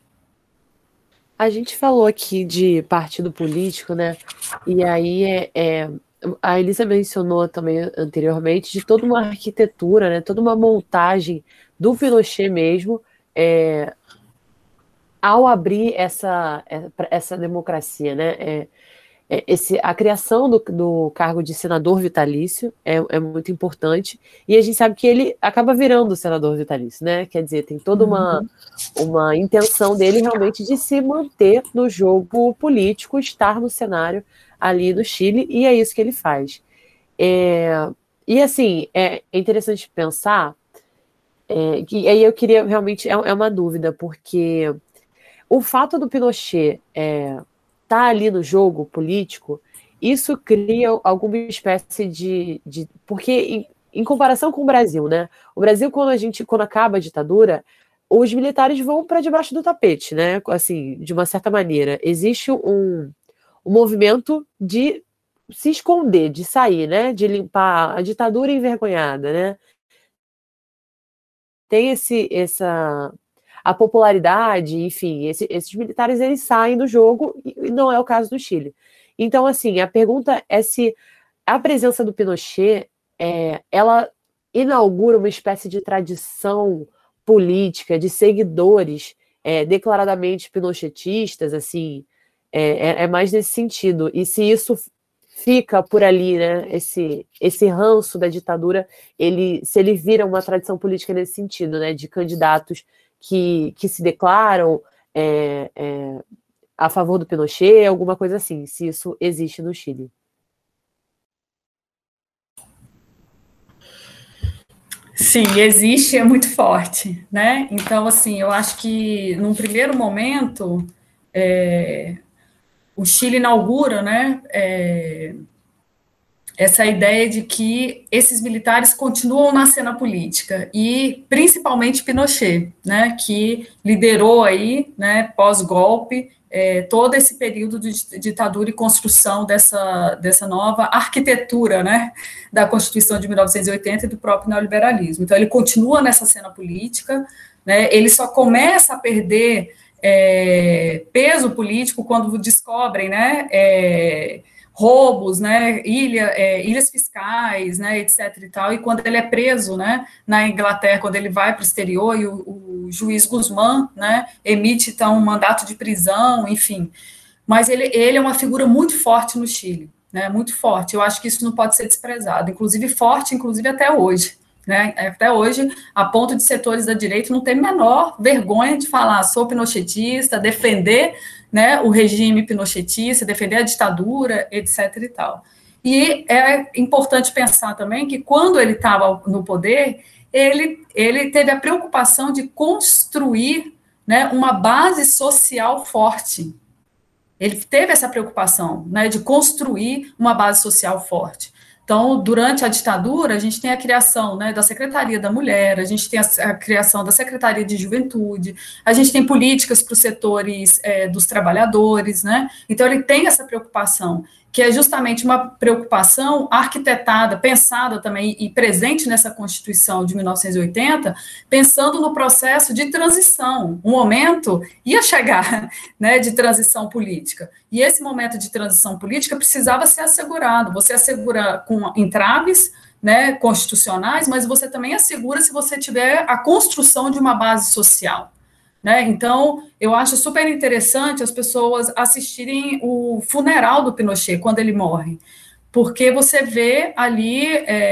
A gente falou aqui de partido político, né? E aí a Elisa mencionou também anteriormente de toda uma arquitetura, né? Toda uma montagem do Pinochet mesmo, ao abrir essa democracia, né? A criação do cargo de senador vitalício é muito importante, e a gente sabe que ele acaba virando senador vitalício, né? Quer dizer, tem toda uma intenção dele realmente de se manter no jogo político, estar no cenário ali do Chile, e é isso que ele faz. E assim, é interessante pensar, que aí eu queria realmente, é uma dúvida, porque o fato do Pinochet estar ali no jogo político, isso cria alguma espécie porque em comparação com o Brasil, né? O Brasil, quando acaba a ditadura, os militares vão para debaixo do tapete, né? Assim, de uma certa maneira. Existe um movimento de se esconder, de sair, né? De limpar a ditadura envergonhada, né? Tem a popularidade, enfim, esses militares eles saem do jogo e não é o caso do Chile. Então, assim, a pergunta é se a presença do Pinochet ela inaugura uma espécie de tradição política de seguidores declaradamente pinochetistas, assim, é mais nesse sentido. E se isso fica por ali, né, esse ranço da ditadura, se ele vira uma tradição política nesse sentido, né, de candidatos que se declaram a favor do Pinochet, alguma coisa assim, se isso existe no Chile. Sim, existe, é muito forte, né? Então, assim, eu acho que num primeiro momento o Chile inaugura, né, essa ideia de que esses militares continuam na cena política, e principalmente Pinochet, né, que liderou aí, né, pós-golpe, todo esse período de ditadura e construção dessa nova arquitetura, né, da Constituição de 1980 e do próprio neoliberalismo. Então, ele continua nessa cena política, né, ele só começa a perder peso político quando descobrem, né, roubos, né, ilhas fiscais, né, etc. e tal, e quando ele é preso, né, na Inglaterra, quando ele vai para o exterior, e o juiz Guzmán, né, emite, então, um mandato de prisão, enfim. Mas ele é uma figura muito forte no Chile, né, muito forte. Eu acho que isso não pode ser desprezado, forte, inclusive até hoje. Né, até hoje, a ponto de setores da direita não ter a menor vergonha de falar sou pinochetista, defender, né, o regime pinochetista, defender a ditadura, etc. e tal. E é importante pensar também que quando ele estava no poder, ele teve a preocupação de construir, né, uma base social forte. Ele teve essa preocupação, né, de construir uma base social forte. Então, durante a ditadura, a gente tem a criação, né, da Secretaria da Mulher, a gente tem a criação da Secretaria de Juventude, a gente tem políticas para os setores dos trabalhadores, né? Então, ele tem essa preocupação, que é justamente uma preocupação arquitetada, pensada também e presente nessa Constituição de 1980, pensando no processo de transição. Um momento ia chegar, né, de transição política. E esse momento de transição política precisava ser assegurado. Você assegura com entraves, né, constitucionais, mas você também assegura se você tiver a construção de uma base social. Né? Então, eu acho super interessante as pessoas assistirem o funeral do Pinochet, quando ele morre, porque você vê ali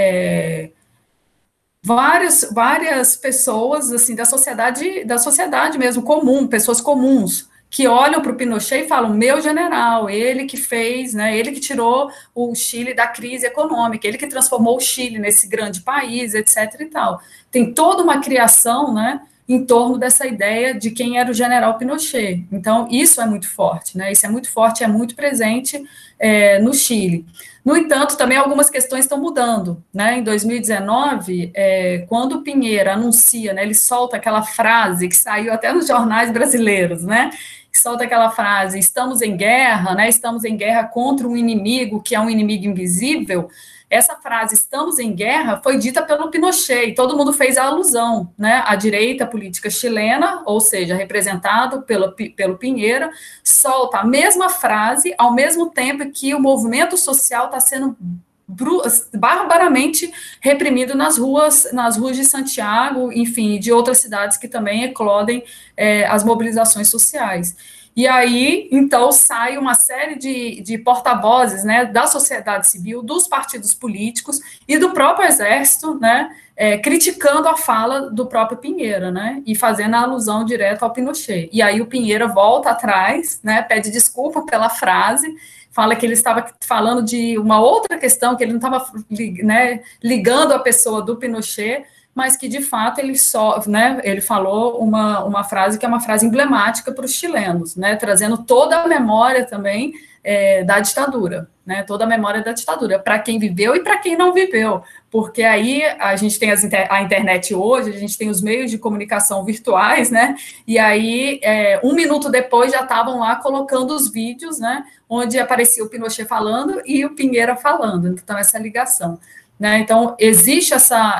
várias pessoas assim, da sociedade mesmo, comum, pessoas comuns, que olham para o Pinochet e falam, meu general, ele que fez, né, ele que tirou o Chile da crise econômica, ele que transformou o Chile nesse grande país, etc. e tal. Tem toda uma criação, né, em torno dessa ideia de quem era o general Pinochet. Então, isso é muito forte, né? Isso é muito forte, é muito presente no Chile. No entanto, também algumas questões estão mudando, né? Em 2019, quando o Piñera anuncia, né, ele solta aquela frase que saiu até nos jornais brasileiros, né? Que solta aquela frase, estamos em guerra, né? Estamos em guerra contra um inimigo que é um inimigo invisível. Essa frase, estamos em guerra, foi dita pelo Pinochet, e todo mundo fez a alusão, né? A direita política chilena, ou seja, representado pelo Piñera, solta a mesma frase, ao mesmo tempo que o movimento social está sendo barbaramente reprimido nas ruas de Santiago, enfim, de outras cidades que também eclodem as mobilizações sociais. E aí, então, sai uma série de porta-vozes, né, da sociedade civil, dos partidos políticos e do próprio exército, né, criticando a fala do próprio Piñera, né, e fazendo a alusão direta ao Pinochet. E aí o Piñera volta atrás, né, pede desculpa pela frase, fala que ele estava falando de uma outra questão, que ele não estava, né, ligando a pessoa do Pinochet, mas que, de fato, ele falou uma frase que é uma frase emblemática para os chilenos, né, trazendo toda a memória também da ditadura, né, toda a memória da ditadura, para quem viveu e para quem não viveu, porque aí a gente tem a internet hoje, a gente tem os meios de comunicação virtuais, né, e aí, 1 minuto depois, já estavam lá colocando os vídeos, né, onde aparecia o Pinochet falando e o Pinheira falando, então, essa ligação, né, então, existe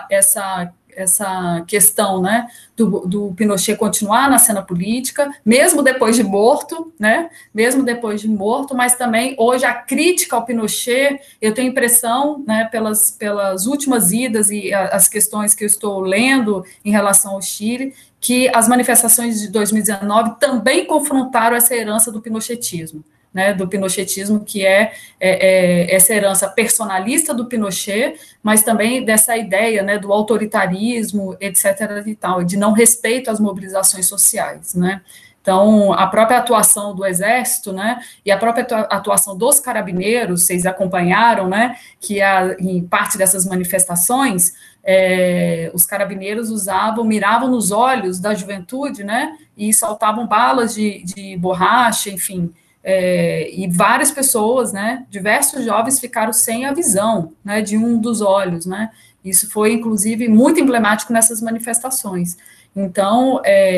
essa questão, né, do Pinochet continuar na cena política, mesmo depois de morto, né, mas também hoje a crítica ao Pinochet, eu tenho impressão, né, pelas últimas idas e as questões que eu estou lendo em relação ao Chile, que as manifestações de 2019 também confrontaram essa herança do pinochetismo, né, do pinochetismo, que é essa herança personalista do Pinochet, mas também dessa ideia, né, do autoritarismo, etc. e tal, de não respeito às mobilizações sociais, né. Então, a própria atuação do Exército, né, e a própria atuação dos carabineiros, vocês acompanharam, né, que em parte dessas manifestações, os carabineiros miravam nos olhos da juventude, né, e soltavam balas de borracha, enfim, e várias pessoas, né, diversos jovens ficaram sem a visão, né, de um dos olhos, né, isso foi, inclusive, muito emblemático nessas manifestações. Então,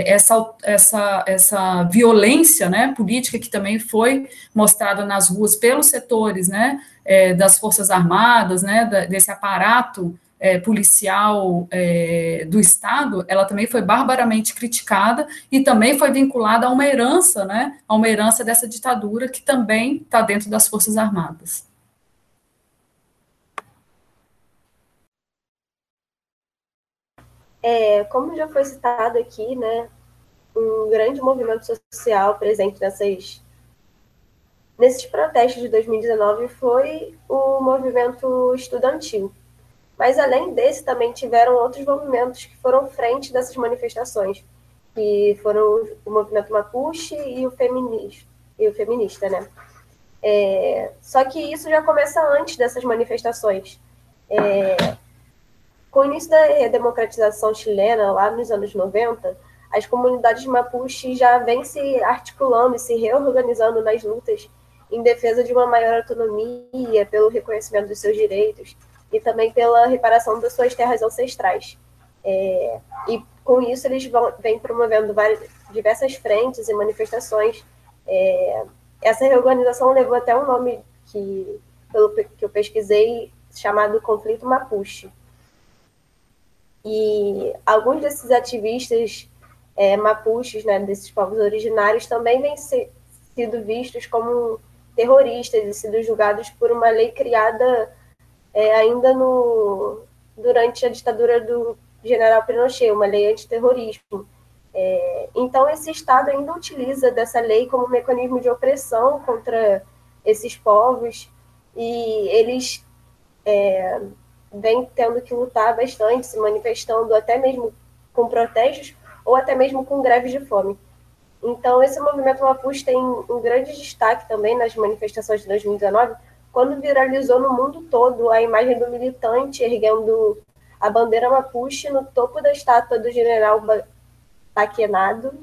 essa violência, né, política que também foi mostrada nas ruas pelos setores, né, das Forças Armadas, né, desse aparato policial do Estado, ela também foi barbaramente criticada e também foi vinculada a uma herança, né, a uma herança dessa ditadura que também está dentro das Forças Armadas. Como já foi citado aqui, né, um grande movimento social presente nesses protestos de 2019 foi o movimento estudantil. Mas, além desse, também tiveram outros movimentos que foram frente dessas manifestações, que foram o movimento Mapuche e o feminista, né? Só que isso já começa antes dessas manifestações. Com o início da redemocratização chilena, lá nos anos 90, as comunidades Mapuche já vêm se articulando e se reorganizando nas lutas em defesa de uma maior autonomia, pelo reconhecimento dos seus direitos, e também pela reparação das suas terras ancestrais. E com isso eles vêm promovendo diversas frentes e manifestações. Essa reorganização levou até um nome pelo que eu pesquisei, chamado Conflito Mapuche. E alguns desses ativistas mapuches, né, desses povos originários, também vêm sido vistos como terroristas e sido julgados por uma lei criada ainda durante a ditadura do general Pinochet, uma lei antiterrorismo. Então, esse Estado ainda utiliza dessa lei como mecanismo de opressão contra esses povos, e eles vêm tendo que lutar bastante, se manifestando até mesmo com protestos ou até mesmo com greves de fome. Então, esse movimento Mapuche tem um grande destaque também nas manifestações de 2019, quando viralizou no mundo todo a imagem do militante erguendo a bandeira Mapuche no topo da estátua do general Baquenado,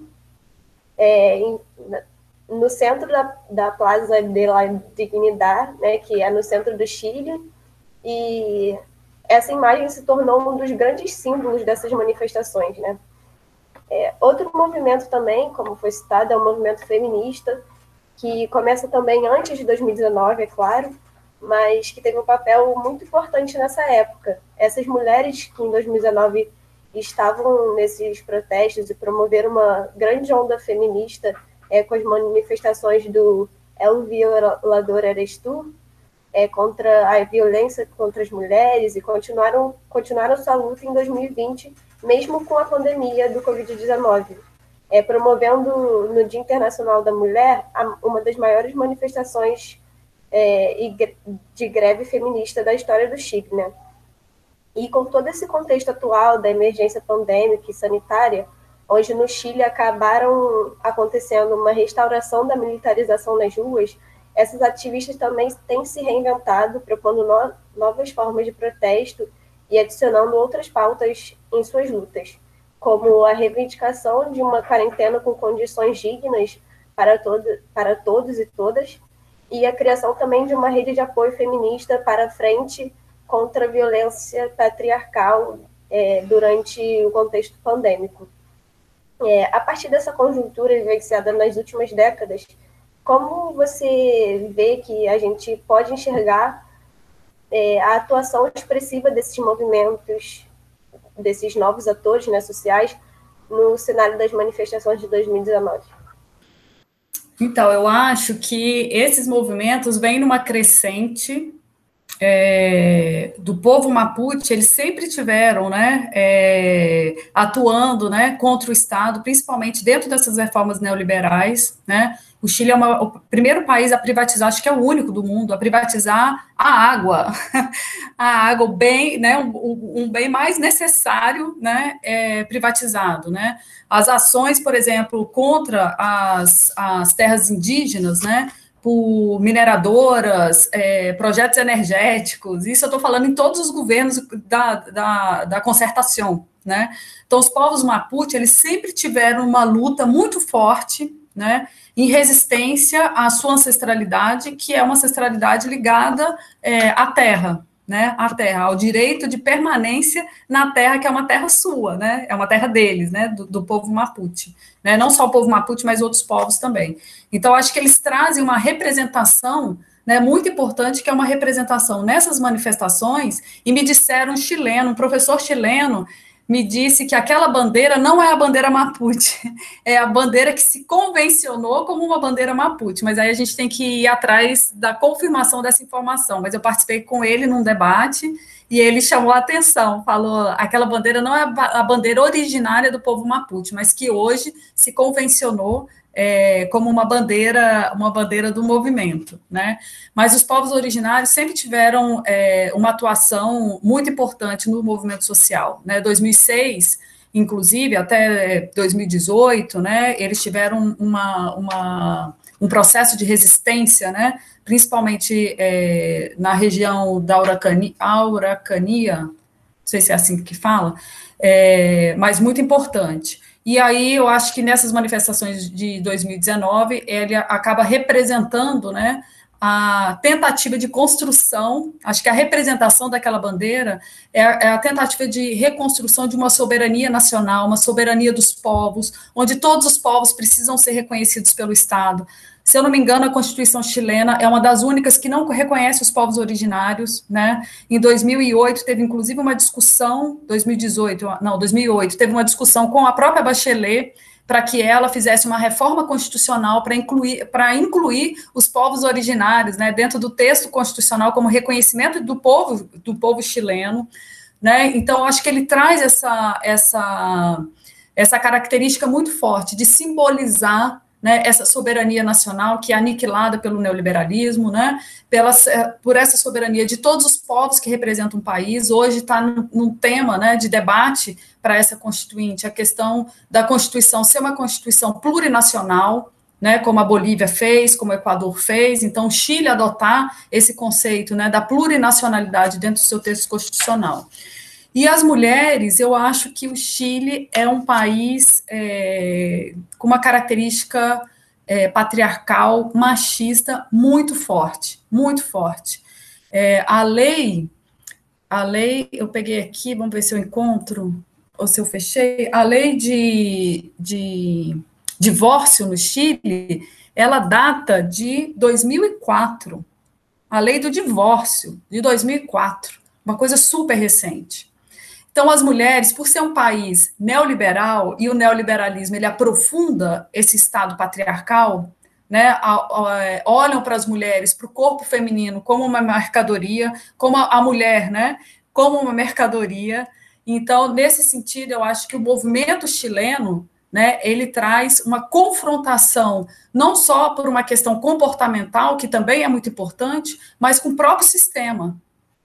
no centro da Plaza de la Dignidad, né, que é no centro do Chile, e essa imagem se tornou um dos grandes símbolos dessas manifestações, né? Outro movimento também, como foi citado, é o movimento feminista, que começa também antes de 2019, é claro, mas que teve um papel muito importante nessa época. Essas mulheres que em 2019 estavam nesses protestos e promoveram uma grande onda feminista com as manifestações do El Violador Eres Tu, contra a violência contra as mulheres, e continuaram sua luta em 2020, mesmo com a pandemia do Covid-19, promovendo no Dia Internacional da Mulher uma das maiores manifestações de greve feminista da história do Chile, né? E com todo esse contexto atual da emergência pandêmica e sanitária, onde no Chile acabaram acontecendo uma restauração da militarização nas ruas essas ativistas também têm se reinventado, propondo novas formas de protesto e adicionando outras pautas em suas lutas, como a reivindicação de uma quarentena com condições dignas para todos e todas, e a criação também de uma rede de apoio feminista para a frente contra a violência patriarcal durante o contexto pandêmico. A partir dessa conjuntura vivenciada nas últimas décadas, como você vê que a gente pode enxergar a atuação expressiva desses movimentos, desses novos atores, né, sociais, no cenário das manifestações de 2019? Então, eu acho que esses movimentos vêm numa crescente do povo Mapuche. Eles sempre tiveram, né, atuando, né, contra o Estado, principalmente dentro dessas reformas neoliberais, né. O Chile é o primeiro país a privatizar, acho que é o único do mundo, a privatizar a água, o bem, né, um bem mais necessário, né, privatizado, né. As ações, por exemplo, contra as terras indígenas, né, por mineradoras, projetos energéticos, isso eu estou falando em todos os governos da concertação, né. Então, os povos Mapuche, eles sempre tiveram uma luta muito forte, né, em resistência à sua ancestralidade, que é uma ancestralidade ligada à terra, né, à terra, ao direito de permanência na terra, que é uma terra sua, né, é uma terra deles, né, do povo Mapuche, né, não só o povo Mapuche, mas outros povos também. Então, acho que eles trazem uma representação, né, muito importante, que é uma representação nessas manifestações, e me disseram um professor chileno, me disse que aquela bandeira não é a bandeira Mapuche, é a bandeira que se convencionou como uma bandeira Mapuche, mas aí a gente tem que ir atrás da confirmação dessa informação. Mas eu participei com ele num debate e ele chamou a atenção, falou, aquela bandeira não é a bandeira originária do povo Mapuche, mas que hoje se convencionou como uma bandeira do movimento, né? Mas os povos originários sempre tiveram uma atuação muito importante no movimento social, né? 2006, inclusive, até 2018, né? Eles tiveram um processo de resistência, né? Principalmente na região da Araucania, não sei se é assim que fala, mas muito importante. E aí eu acho que nessas manifestações de 2019, ele acaba representando, né, a tentativa de construção, acho que a representação daquela bandeira é a tentativa de reconstrução de uma soberania nacional, uma soberania dos povos, onde todos os povos precisam ser reconhecidos pelo Estado. Se eu não me engano, a Constituição chilena é uma das únicas que não reconhece os povos originários, né? Em 2008, teve inclusive uma discussão, 2008, teve uma discussão com a própria Bachelet, para que ela fizesse uma reforma constitucional para incluir os povos originários, né, dentro do texto constitucional como reconhecimento do povo chileno, né? Então, acho que ele traz essa característica muito forte de simbolizar, né, essa soberania nacional que é aniquilada pelo neoliberalismo, né, por essa soberania de todos os povos que representam um país. Hoje está num tema, né, de debate para essa Constituinte, a questão da Constituição ser uma Constituição plurinacional, né, como a Bolívia fez, como o Equador fez. Então, o Chile adotar esse conceito, né, da plurinacionalidade dentro do seu texto constitucional. E as mulheres, eu acho que o Chile é um país com uma característica patriarcal, machista, muito forte, muito forte. A lei, eu peguei aqui, vamos ver se eu encontro, ou se eu fechei, a lei de divórcio no Chile, ela data de 2004, a lei do divórcio, de 2004, uma coisa super recente. Então, as mulheres, por ser um país neoliberal, e o neoliberalismo ele aprofunda esse Estado patriarcal, né, olham para as mulheres, para o corpo feminino como uma mercadoria, como a mulher, né, como uma mercadoria. Então, nesse sentido, eu acho que o movimento chileno, né, ele traz uma confrontação, não só por uma questão comportamental, que também é muito importante, mas com o próprio sistema,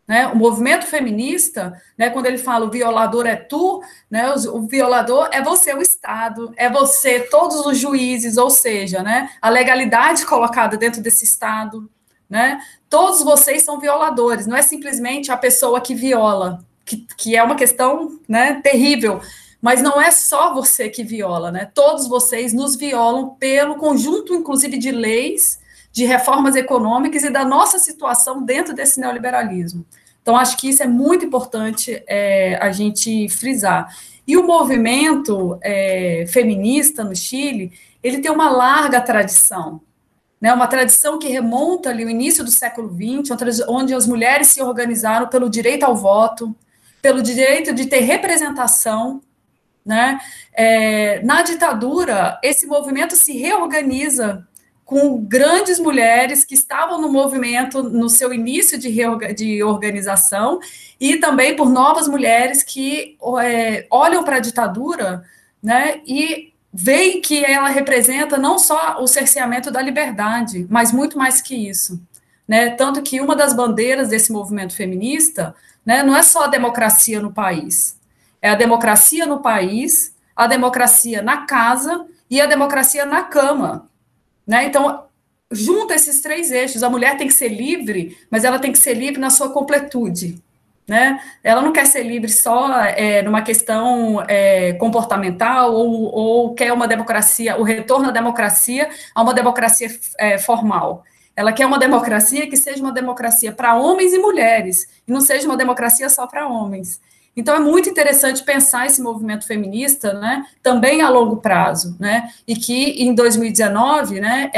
né? O movimento feminista, né, quando ele fala o violador é tu, né, o violador é você, o Estado, é você, todos os juízes, ou seja, né, a legalidade colocada dentro desse Estado, né, todos vocês são violadores, não é simplesmente a pessoa que viola, que é uma questão, né, terrível, mas não é só você que viola, né, todos vocês nos violam pelo conjunto, inclusive, de leis, de reformas econômicas e da nossa situação dentro desse neoliberalismo. Então, acho que isso é muito importante a gente frisar. E o movimento feminista no Chile, ele tem uma larga tradição, né, uma tradição que remonta ali ao início do século XX, onde as mulheres se organizaram pelo direito ao voto, pelo direito de ter representação, né? Na ditadura, esse movimento se reorganiza com grandes mulheres que estavam no movimento no seu início de organização e também por novas mulheres que olham para a ditadura, né, e veem que ela representa não só o cerceamento da liberdade, mas muito mais que isso, né? Tanto que uma das bandeiras desse movimento feminista, né, não é só a democracia no país, é a democracia no país, a democracia na casa e a democracia na cama. Né? Então, junta esses três eixos, a mulher tem que ser livre, mas ela tem que ser livre na sua completude. Né? Ela não quer ser livre só numa questão comportamental ou quer uma democracia, o retorno à democracia a uma democracia formal. Ela quer uma democracia que seja uma democracia para homens e mulheres, e não seja uma democracia só para homens. Então, é muito interessante pensar esse movimento feminista, né, também a longo prazo, né, e que em 2019, né,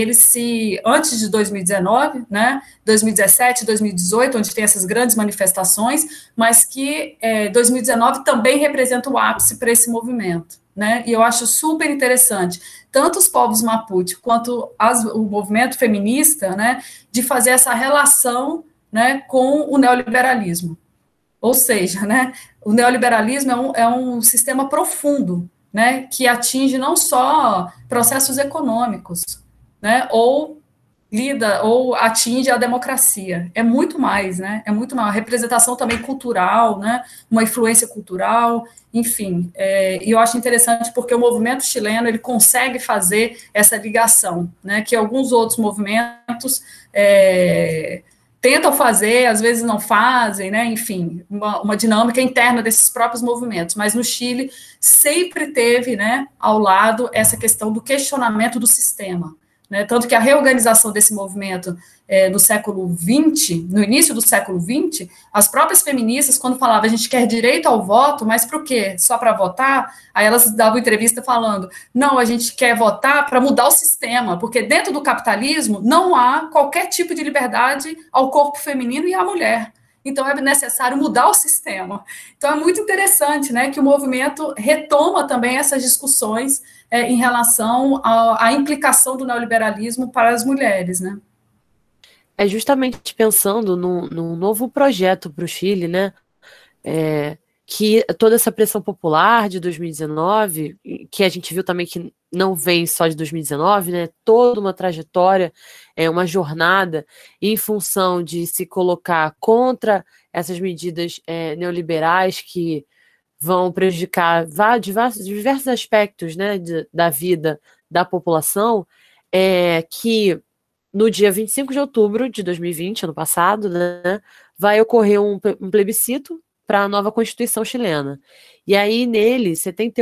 antes de 2019, né, 2017, 2018, onde tem essas grandes manifestações, mas que 2019 também representa o ápice para esse movimento, né, e eu acho super interessante, tanto os povos Mapuche quanto o movimento feminista, né, de fazer essa relação, né, com o neoliberalismo. Ou seja, né, o neoliberalismo é um sistema profundo, né, que atinge não só processos econômicos, né, ou atinge a democracia. É muito mais, né, é muito mais. A representação também cultural, né, uma influência cultural, enfim. E eu acho interessante porque o movimento chileno ele consegue fazer essa ligação, né, que alguns outros movimentos tentam fazer, às vezes não fazem, né? Enfim, uma dinâmica interna desses próprios movimentos, mas no Chile sempre teve, né, ao lado essa questão do questionamento do sistema, né? Tanto que a reorganização desse movimento no século XX, no início do século XX, as próprias feministas, quando falavam a gente quer direito ao voto, mas para o quê? Só para votar? Aí elas davam entrevista falando, não, a gente quer votar para mudar o sistema, porque dentro do capitalismo não há qualquer tipo de liberdade ao corpo feminino e à mulher. Então é necessário mudar o sistema. Então é muito interessante, né, que o movimento retoma também essas discussões em relação à implicação do neoliberalismo para as mulheres, né? É justamente pensando num novo projeto para o Chile, né? Que toda essa pressão popular de 2019, que a gente viu também que não vem só de 2019, né? Toda uma trajetória, uma jornada em função de se colocar contra essas medidas neoliberais que vão prejudicar diversos aspectos, né, da vida da população, que no dia 25 de outubro de 2020, ano passado, né, vai ocorrer um plebiscito para a nova Constituição chilena. E aí, nele,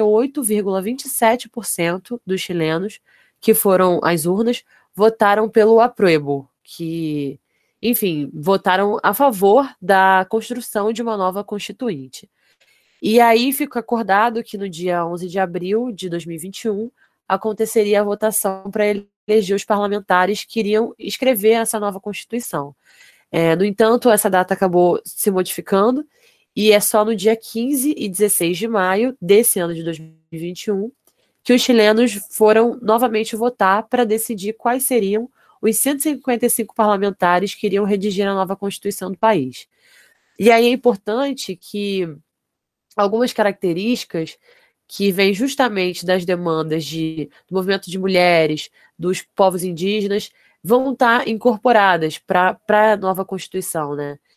78,27% dos chilenos que foram às urnas votaram pelo apruebo, que, enfim, votaram a favor da construção de uma nova Constituinte. E aí fica acordado que no dia 11 de abril de 2021 aconteceria a votação para eleger os parlamentares que iriam escrever essa nova Constituição. No entanto, essa data acabou se modificando e é só no dia 15 e 16 de maio desse ano de 2021 que os chilenos foram novamente votar para decidir quais seriam os 155 parlamentares que iriam redigir a nova Constituição do país. E aí é importante que algumas características que vêm justamente das demandas do movimento de mulheres, dos povos indígenas, vão estar incorporadas para a nova Constituição, né?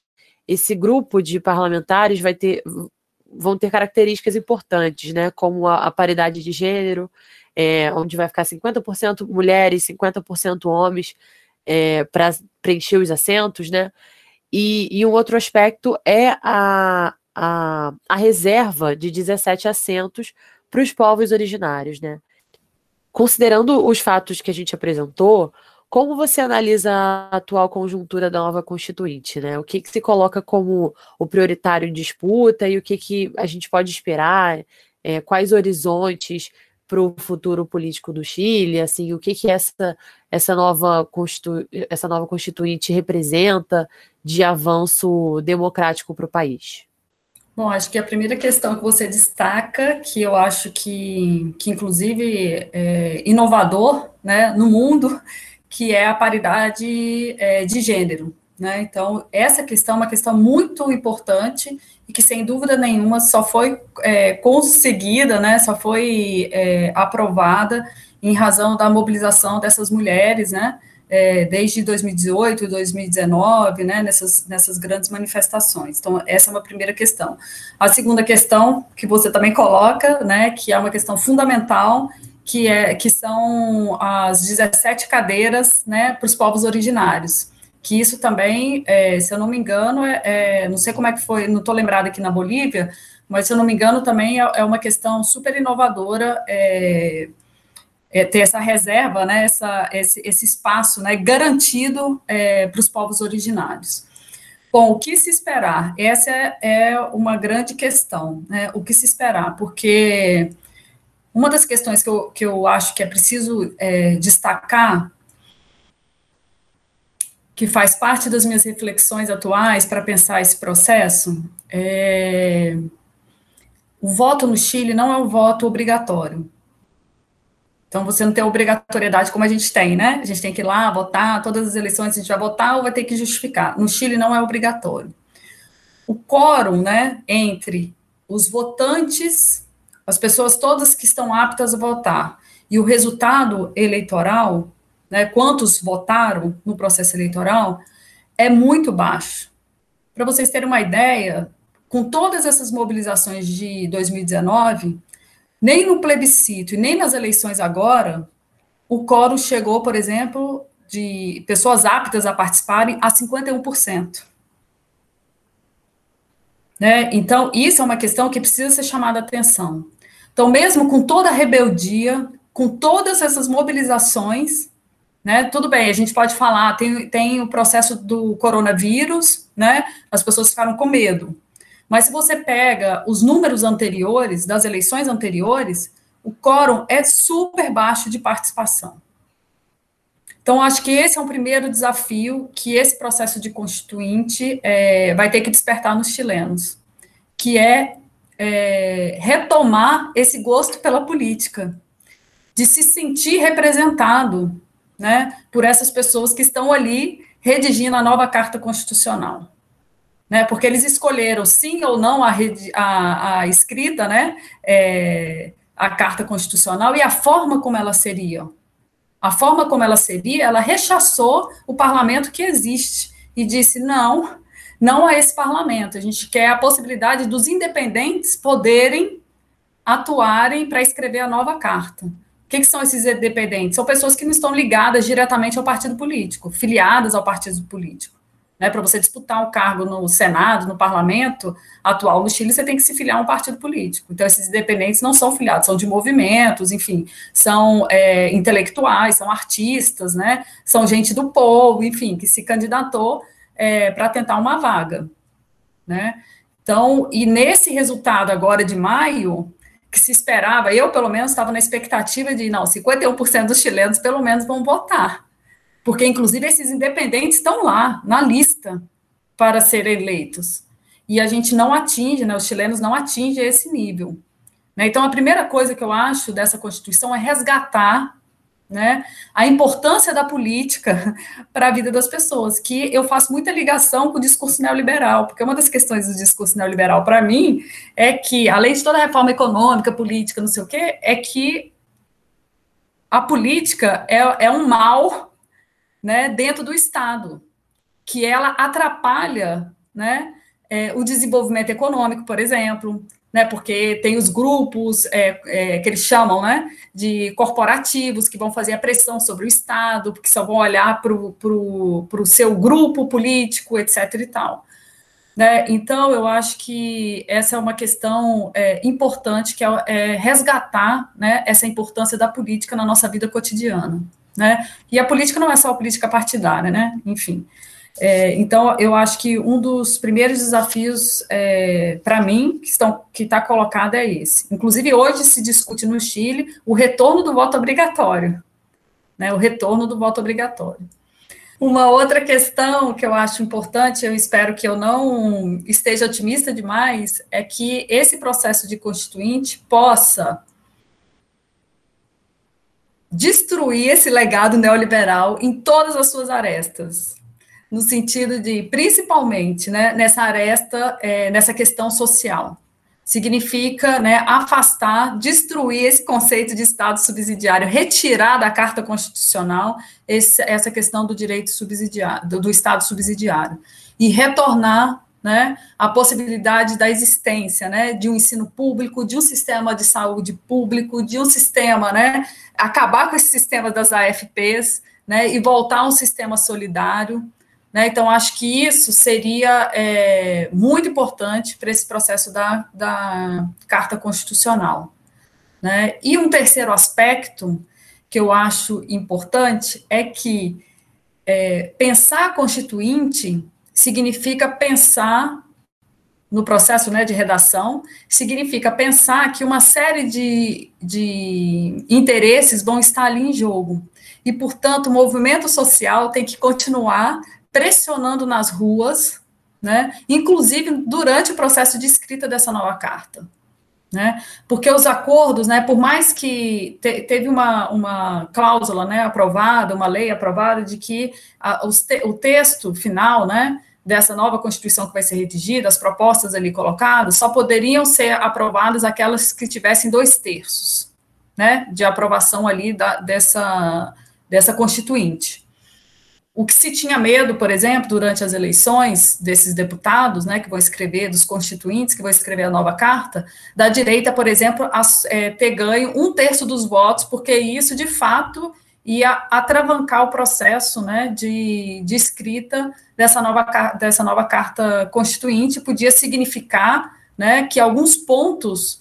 esse grupo de parlamentares vão ter características importantes, né, como a paridade de gênero, onde vai ficar 50% mulheres, 50% homens, para preencher os assentos, né, e um outro aspecto é a reserva de 17 assentos para os povos originários, né. Considerando os fatos que a gente apresentou, como você analisa a atual conjuntura da nova Constituinte, né? O que se coloca como o prioritário em disputa e o que a gente pode esperar, quais horizontes para o futuro político do Chile, assim, o que essa nova Constituinte representa de avanço democrático para o país? Bom, acho que a primeira questão que você destaca, que eu acho que inclusive é inovador, né, no mundo, que é a paridade de gênero, né? Então, essa questão é uma questão muito importante e que, sem dúvida nenhuma, só foi conseguida, né, só foi aprovada em razão da mobilização dessas mulheres, né, desde 2018, 2019, né, nessas grandes manifestações. Então, essa é uma primeira questão. A segunda questão, que você também coloca, né, que é uma questão fundamental, que são as 17 cadeiras, né, para os povos originários, que isso também, se eu não me engano, não sei como é que foi, não estou lembrada aqui na Bolívia, mas se eu não me engano também é uma questão super inovadora, ter essa reserva, né, esse espaço, né, garantido para os povos originários. Bom, o que se esperar? Essa é uma grande questão, né, o que se esperar, porque uma das questões que eu acho que é preciso destacar, que faz parte das minhas reflexões atuais para pensar esse processo, o voto no Chile não é um voto obrigatório. Então, você não tem obrigatoriedade como a gente tem, né? A gente tem que ir lá votar, todas as eleições a gente vai votar ou vai ter que justificar. No Chile não é obrigatório. O quórum, né, entre os votantes, as pessoas todas que estão aptas a votar, e o resultado eleitoral, né, quantos votaram no processo eleitoral, é muito baixo. Para vocês terem uma ideia, com todas essas mobilizações de 2019, nem no plebiscito e nem nas eleições agora, o quórum chegou, por exemplo, de pessoas aptas a participarem a 51%. Né? Então, isso é uma questão que precisa ser chamada a atenção. Então, mesmo com toda a rebeldia, com todas essas mobilizações, né, tudo bem, a gente pode falar, tem o processo do coronavírus, né, as pessoas ficaram com medo. Mas se você pega os números anteriores, das eleições anteriores, o quórum é super baixo de participação. Então, acho que esse é um primeiro desafio que esse processo de constituinte vai ter que despertar nos chilenos, que é retomar esse gosto pela política, de se sentir representado, né, por essas pessoas que estão ali redigindo a nova Carta Constitucional. Né, porque eles escolheram sim ou não a escrita, né, a Carta Constitucional e a forma como ela seria. A forma como ela seria, ela rechaçou o parlamento que existe e disse não a esse parlamento. A gente quer a possibilidade dos independentes poderem atuarem para escrever a nova carta. O que são esses independentes? São pessoas que não estão ligadas diretamente ao partido político, filiadas ao partido político. Né, para você disputar um cargo no Senado, no parlamento atual no Chile, você tem que se filiar a um partido político. Então, esses independentes não são filiados, são de movimentos, enfim, são intelectuais, são artistas, né, são gente do povo, enfim, que se candidatou para tentar uma vaga. Né? Então, e nesse resultado agora de maio, que se esperava, eu pelo menos estava na expectativa de, 51% dos chilenos pelo menos vão votar. Porque, inclusive, esses independentes estão lá, na lista, para serem eleitos. E a gente não atinge, né, os chilenos não atingem esse nível. Né? Então, a primeira coisa que eu acho dessa Constituição é resgatar, né, a importância da política para a vida das pessoas, que eu faço muita ligação com o discurso neoliberal, porque uma das questões do discurso neoliberal, para mim, é que, além de toda a reforma econômica, política, não sei o quê, é que a política é um mal, né, dentro do Estado, que ela atrapalha, né, o desenvolvimento econômico, por exemplo, né, porque tem os grupos que eles chamam, né, de corporativos, que vão fazer a pressão sobre o Estado, porque só vão olhar para o seu grupo político, etc. e tal. Né? Então, eu acho que essa é uma questão importante, que é resgatar, né, essa importância da política na nossa vida cotidiana. Né? E a política não é só a política partidária, né? Enfim. Então, eu acho que um dos primeiros desafios, para mim, que está colocado é esse. Inclusive, hoje se discute no Chile o retorno do voto obrigatório. Né? O retorno do voto obrigatório. Uma outra questão que eu acho importante, eu espero que eu não esteja otimista demais, é que esse processo de constituinte possa destruir esse legado neoliberal em todas as suas arestas, no sentido de, principalmente, né, nessa aresta, nessa questão social. Significa, né, afastar, destruir esse conceito de Estado subsidiário, retirar da Carta Constitucional essa questão do direito subsidiário, do Estado subsidiário, e retornar, né, a possibilidade da existência, né, de um ensino público, de um sistema de saúde público, de um sistema, né, acabar com esse sistema das AFPs, né, e voltar a um sistema solidário. Né, então, acho que isso seria muito importante para esse processo da Carta Constitucional. Né? E um terceiro aspecto que eu acho importante é que pensar a Constituinte significa pensar no processo, né, de redação, significa pensar que uma série de interesses vão estar ali em jogo. E, portanto, o movimento social tem que continuar pressionando nas ruas, né, inclusive durante o processo de escrita dessa nova carta. Né, porque os acordos, né, por mais que teve uma cláusula, né, aprovada, uma lei aprovada, de que o texto final, né, dessa nova Constituição que vai ser redigida, as propostas ali colocadas, só poderiam ser aprovadas aquelas que tivessem 2/3, né, de aprovação ali dessa Constituinte. O que se tinha medo, por exemplo, durante as eleições desses deputados, né, que vão escrever, dos constituintes, que vão escrever a nova carta, da direita, por exemplo, ter ganho 1/3 dos votos, porque isso, de fato, ia atravancar o processo, né, de escrita dessa nova carta constituinte, podia significar, né, que alguns pontos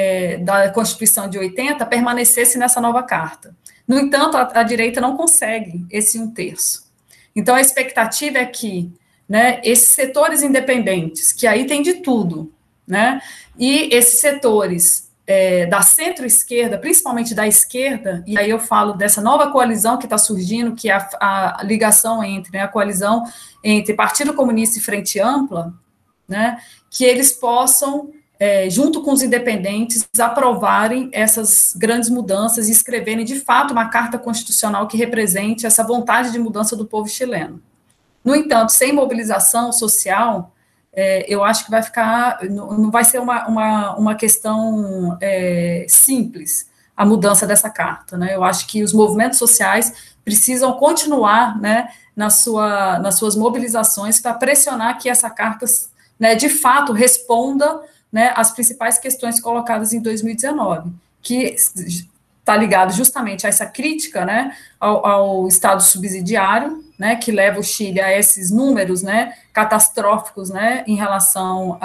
da Constituição de 80 permanecessem nessa nova carta. No entanto, a direita não consegue esse 1/3. Então, a expectativa é que, né, esses setores independentes, que aí tem de tudo, né, e esses setores da centro-esquerda, principalmente da esquerda, e aí eu falo dessa nova coalizão que está surgindo, que é a ligação entre, né, a coalizão entre Partido Comunista e Frente Ampla, né, que eles possam, junto com os independentes, aprovarem essas grandes mudanças e escreverem, de fato, uma carta constitucional que represente essa vontade de mudança do povo chileno. No entanto, sem mobilização social, eu acho que vai ficar, não vai ser uma questão simples, a mudança dessa carta, né? Eu acho que os movimentos sociais precisam continuar, né, nas suas mobilizações para pressionar que essa carta, né, de fato, responda, né, as principais questões colocadas em 2019, que está ligado justamente a essa crítica, né, ao Estado subsidiário, né, que leva o Chile a esses números, né, catastróficos, né, em relação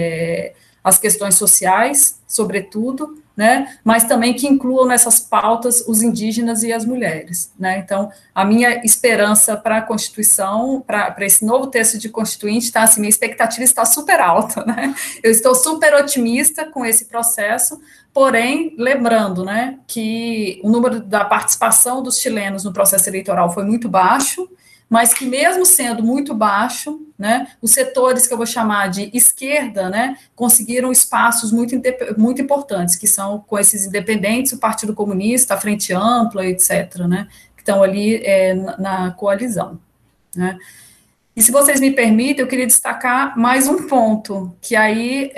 às questões sociais, sobretudo, né, mas também que incluam nessas pautas os indígenas e as mulheres, né. Então, a minha esperança para a Constituição, para esse novo texto de Constituinte, está assim, minha expectativa está super alta, né, eu estou super otimista com esse processo, porém, lembrando, né, que o número da participação dos chilenos no processo eleitoral foi muito baixo, mas que mesmo sendo muito baixo, né, os setores que eu vou chamar de esquerda, né, conseguiram espaços muito importantes, que são com esses independentes, o Partido Comunista, a Frente Ampla, etc., né, que estão ali na coalizão. Né. E se vocês me permitem, eu queria destacar mais um ponto, que aí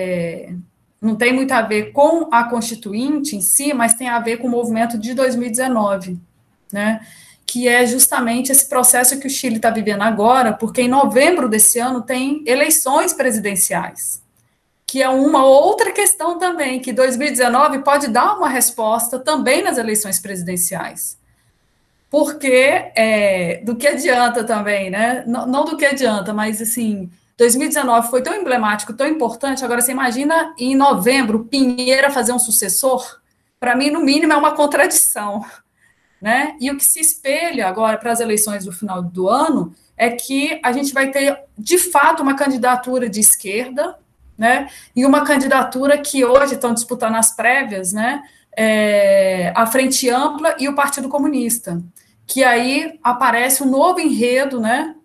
não tem muito a ver com a Constituinte em si, mas tem a ver com o movimento de 2019, né, que é justamente esse processo que o Chile está vivendo agora, porque em novembro desse ano tem eleições presidenciais, que é uma outra questão também, que 2019 pode dar uma resposta também nas eleições presidenciais. Porque do que adianta também, né? Não do que adianta, mas assim, 2019 foi tão emblemático, tão importante, agora você imagina em novembro Pinheira fazer um sucessor, para mim, no mínimo, é uma contradição, né? E o que se espelha agora para as eleições do final do ano é que a gente vai ter, de fato, uma candidatura de esquerda, né? E uma candidatura que hoje estão disputando as prévias, né? A Frente Ampla e o Partido Comunista, que aí aparece um novo enredo, né?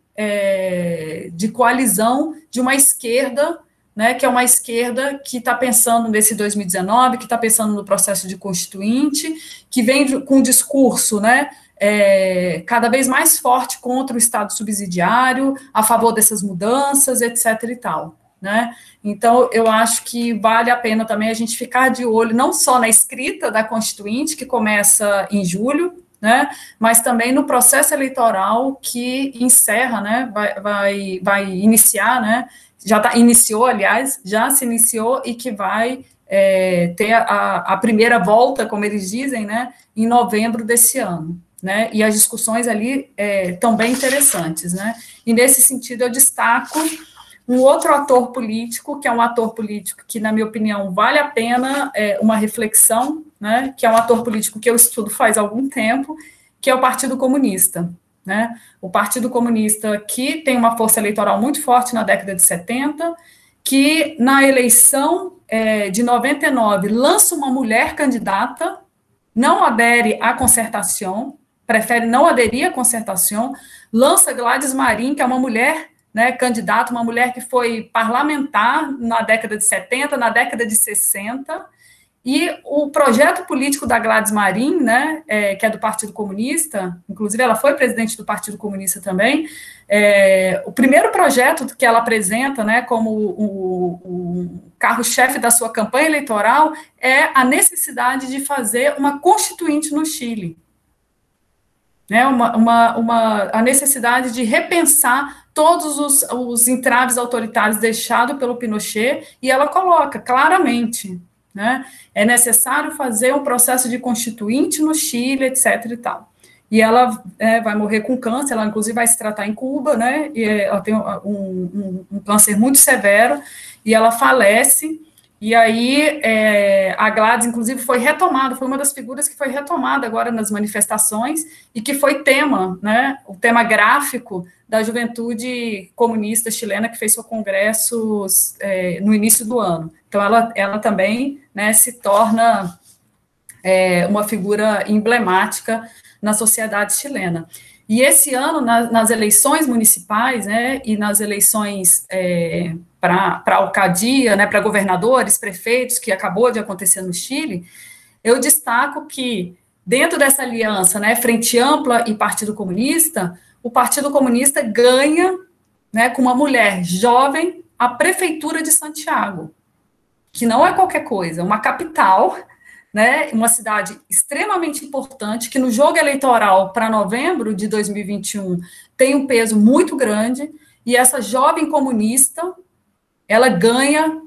De coalizão de uma esquerda, né, que é uma esquerda que está pensando nesse 2019, que está pensando no processo de constituinte, que vem com um discurso, né, cada vez mais forte contra o Estado subsidiário, a favor dessas mudanças, etc. e tal. Né? Então, eu acho que vale a pena também a gente ficar de olho não só na escrita da Constituinte, que começa em julho, né, mas também no processo eleitoral que encerra, né, vai iniciar, né, iniciou, aliás, já se iniciou e que vai ter a primeira volta, como eles dizem, né, em novembro desse ano. Né, e as discussões ali estão bem interessantes. Né, e nesse sentido eu destaco um outro ator político, que é um ator político que, na minha opinião, vale a pena uma reflexão, né, que é um ator político que eu estudo faz algum tempo, que é o Partido Comunista. Né? O Partido Comunista, que tem uma força eleitoral muito forte na década de 70, que na eleição de 99 lança uma mulher candidata, não adere à concertação, prefere não aderir à concertação, lança Gladys Marin, que é uma mulher, né, candidata, uma mulher que foi parlamentar na década de 70, na década de 60, e o projeto político da Gladys Marin, né, que é do Partido Comunista, inclusive ela foi presidente do Partido Comunista também, o primeiro projeto que ela apresenta, né, como o carro-chefe da sua campanha eleitoral é a necessidade de fazer uma constituinte no Chile. Né, a necessidade de repensar todos os entraves autoritários deixados pelo Pinochet, e ela coloca claramente, né, é necessário fazer um processo de constituinte no Chile, etc. e tal. E ela vai morrer com câncer, ela inclusive vai se tratar em Cuba, né, e ela tem um câncer muito severo, e ela falece. E aí, a Gladys, inclusive, foi retomada, foi uma das figuras que foi retomada agora nas manifestações e que foi tema, né, o tema gráfico da juventude comunista chilena que fez seu congresso no início do ano. Então, ela também, né, se torna uma figura emblemática na sociedade chilena. E esse ano, nas eleições municipais, né, e nas eleições para alcadia, né, para governadores, prefeitos, que acabou de acontecer no Chile, eu destaco que, dentro dessa aliança, né, Frente Ampla e Partido Comunista, o Partido Comunista ganha, né, com uma mulher jovem, a Prefeitura de Santiago, que não é qualquer coisa, uma capital, né, uma cidade extremamente importante, que no jogo eleitoral para novembro de 2021 tem um peso muito grande, e essa jovem comunista, ela ganha,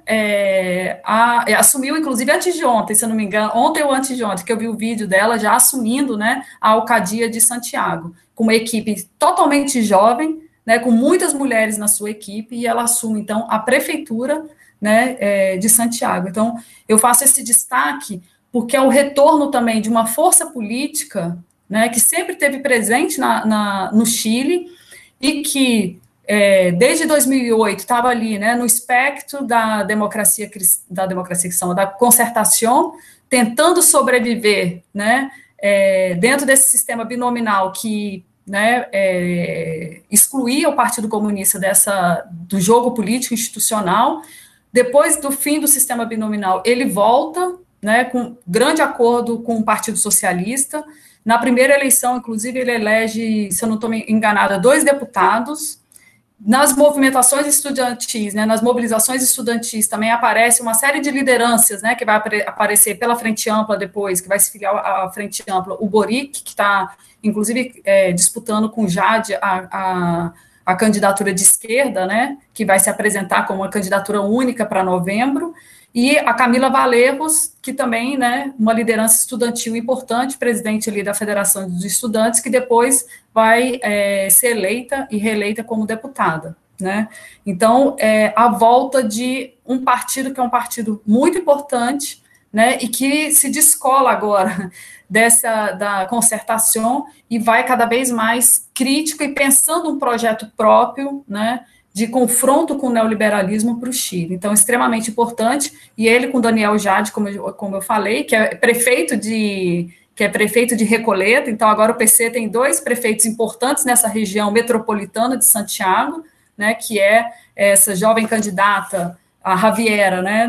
assumiu, inclusive, antes de ontem, se eu não me engano, ontem ou antes de ontem, que eu vi o vídeo dela já assumindo, né, a alcadia de Santiago, com uma equipe totalmente jovem, né, com muitas mulheres na sua equipe, e ela assume, então, a prefeitura, né, de Santiago. Então, eu faço esse destaque porque é o retorno também de uma força política, né, que sempre esteve presente no Chile e que, desde 2008, estava ali, né, no espectro da democracia cristã, da concertação, tentando sobreviver, né, dentro desse sistema binominal que, né, excluía o Partido Comunista do jogo político institucional. Depois do fim do sistema binominal, ele volta, né, com grande acordo com o Partido Socialista. Na primeira eleição, inclusive, ele elege, se eu não estou enganada, 2 deputados, nas movimentações estudantis, né, nas mobilizações estudantis, também aparece uma série de lideranças, né, que vai aparecer pela Frente Ampla depois, que vai se filiar à Frente Ampla, o Boric, que está, inclusive, disputando com o Jade a candidatura de esquerda, né, que vai se apresentar como uma candidatura única para novembro, e a Camila Valerros, que também, né, uma liderança estudantil importante, presidente ali da Federação dos Estudantes, que depois vai ser eleita e reeleita como deputada, né. Então, a volta de um partido que é um partido muito importante, né, e que se descola agora da concertação e vai cada vez mais crítico e pensando um projeto próprio, né, de confronto com o neoliberalismo para o Chile. Então, extremamente importante, e ele com Daniel Jade, como eu falei, que é prefeito de Recoleta, então agora o PC tem 2 prefeitos importantes nessa região metropolitana de Santiago, né, que é essa jovem candidata, a Javiera, né,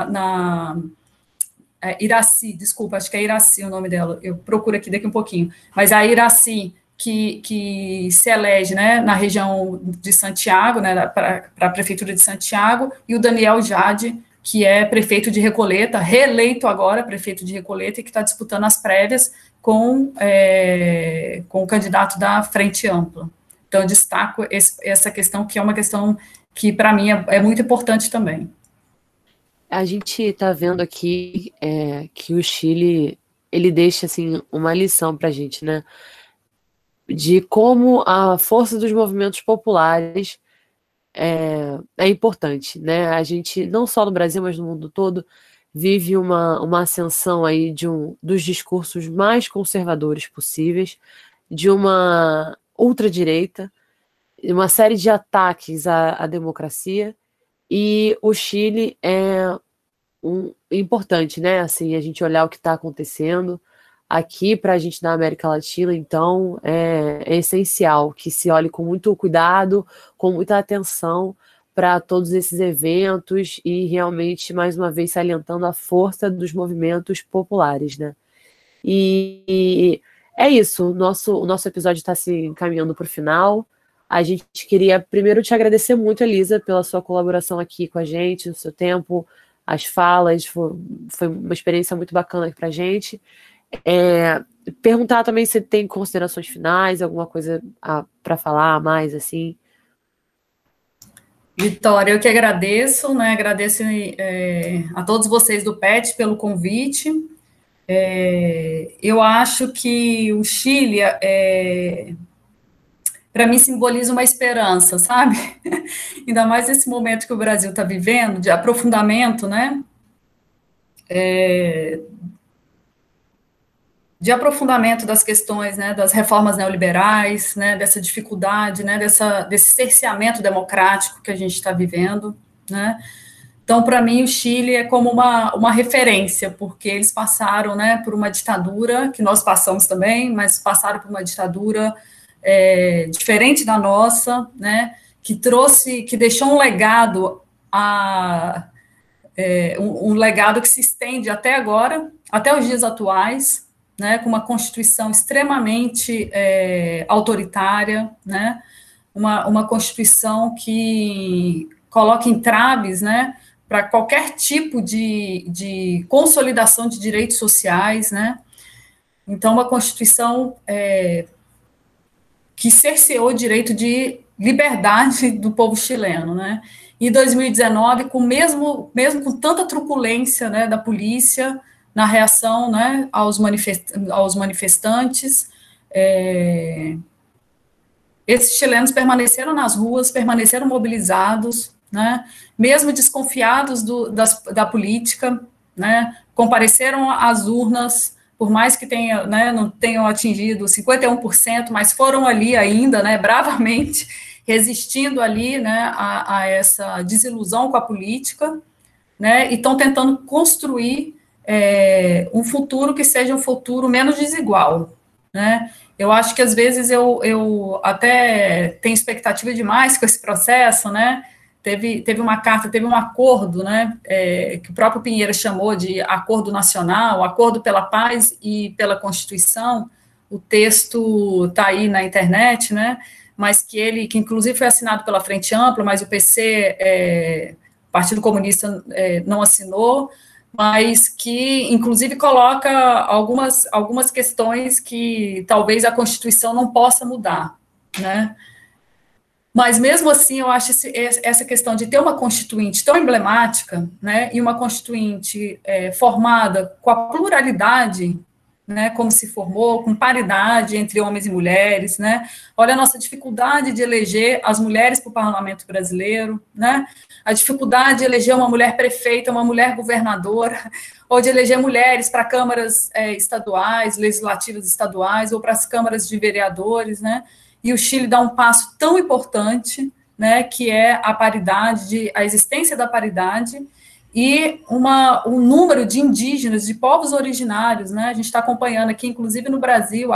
Iracy, desculpa, acho que é Iracy o nome dela, eu procuro aqui daqui um pouquinho, mas a Iracy, que se elege, né, na região de Santiago, né, para a prefeitura de Santiago, e o Daniel Jade, que é prefeito de Recoleta, reeleito agora, prefeito de Recoleta, e que está disputando as prévias com o candidato da Frente Ampla. Então, eu destaco essa questão, que é uma questão que, para mim, é muito importante também. A gente está vendo aqui que o Chile, ele deixa, assim, uma lição para a gente, né, de como a força dos movimentos populares é importante, né? A gente, não só no Brasil, mas no mundo todo, vive uma ascensão aí dos discursos mais conservadores possíveis, de uma ultradireita, uma série de ataques à democracia, e o Chile é importante, né? Assim, a gente olhar o que está acontecendo aqui para a gente na América Latina, então é essencial que se olhe com muito cuidado, com muita atenção para todos esses eventos e realmente, mais uma vez, salientando a força dos movimentos populares, né? E é isso, o nosso episódio está se encaminhando para o final. A gente queria primeiro te agradecer muito, Elisa, pela sua colaboração aqui com a gente, o seu tempo, as falas, foi uma experiência muito bacana aqui para a gente. Perguntar também se tem considerações finais, alguma coisa para falar mais, assim. Vitória, eu que agradeço, né? Agradeço a todos vocês do PET pelo convite. Eu acho que o Chile, para mim, simboliza uma esperança, sabe? Ainda mais nesse momento que o Brasil está vivendo, de aprofundamento, né? De aprofundamento das questões, né, das reformas neoliberais, né, dessa dificuldade, né, desse cerceamento democrático que a gente está vivendo, né. Então, para mim, o Chile é como uma referência, porque eles passaram, né, por uma ditadura, que nós passamos também, mas passaram por uma ditadura diferente da nossa, né, que deixou um legado, um legado que se estende até agora, até os dias atuais, né, com uma Constituição extremamente autoritária, né, uma Constituição que coloca entraves, né, para qualquer tipo de consolidação de direitos sociais, né. Então, uma Constituição que cerceou o direito de liberdade do povo chileno, né. Em 2019, mesmo com tanta truculência, né, da polícia na reação, né, aos manifestantes, esses chilenos permaneceram nas ruas, permaneceram mobilizados, né, mesmo desconfiados da política, né, compareceram às urnas, por mais que não tenham atingido 51%, mas foram ali ainda, né, bravamente, resistindo ali, né, a essa desilusão com a política, né, e estão tentando construir um futuro que seja um futuro menos desigual, né. Eu acho que, às vezes, eu até tenho expectativa demais com esse processo, né. Teve uma carta, teve um acordo, né, que o próprio Pinheiro chamou de acordo nacional, acordo pela paz e pela Constituição. O texto está aí na internet, né, mas que inclusive foi assinado pela Frente Ampla, mas o PC, Partido Comunista, não assinou, mas que, inclusive, coloca algumas questões que talvez a Constituição não possa mudar, né? Mas, mesmo assim, eu acho essa questão de ter uma Constituinte tão emblemática, né, e uma Constituinte formada com a pluralidade, né, como se formou, com paridade entre homens e mulheres, né? Olha a nossa dificuldade de eleger as mulheres para o parlamento brasileiro, né? A dificuldade de eleger uma mulher prefeita, uma mulher governadora, ou de eleger mulheres para câmaras estaduais, legislativas estaduais, ou para as câmaras de vereadores, né? E o Chile dá um passo tão importante, né, que é a paridade, a existência da paridade, e um número de indígenas, de povos originários, né? A gente está acompanhando aqui, inclusive no Brasil,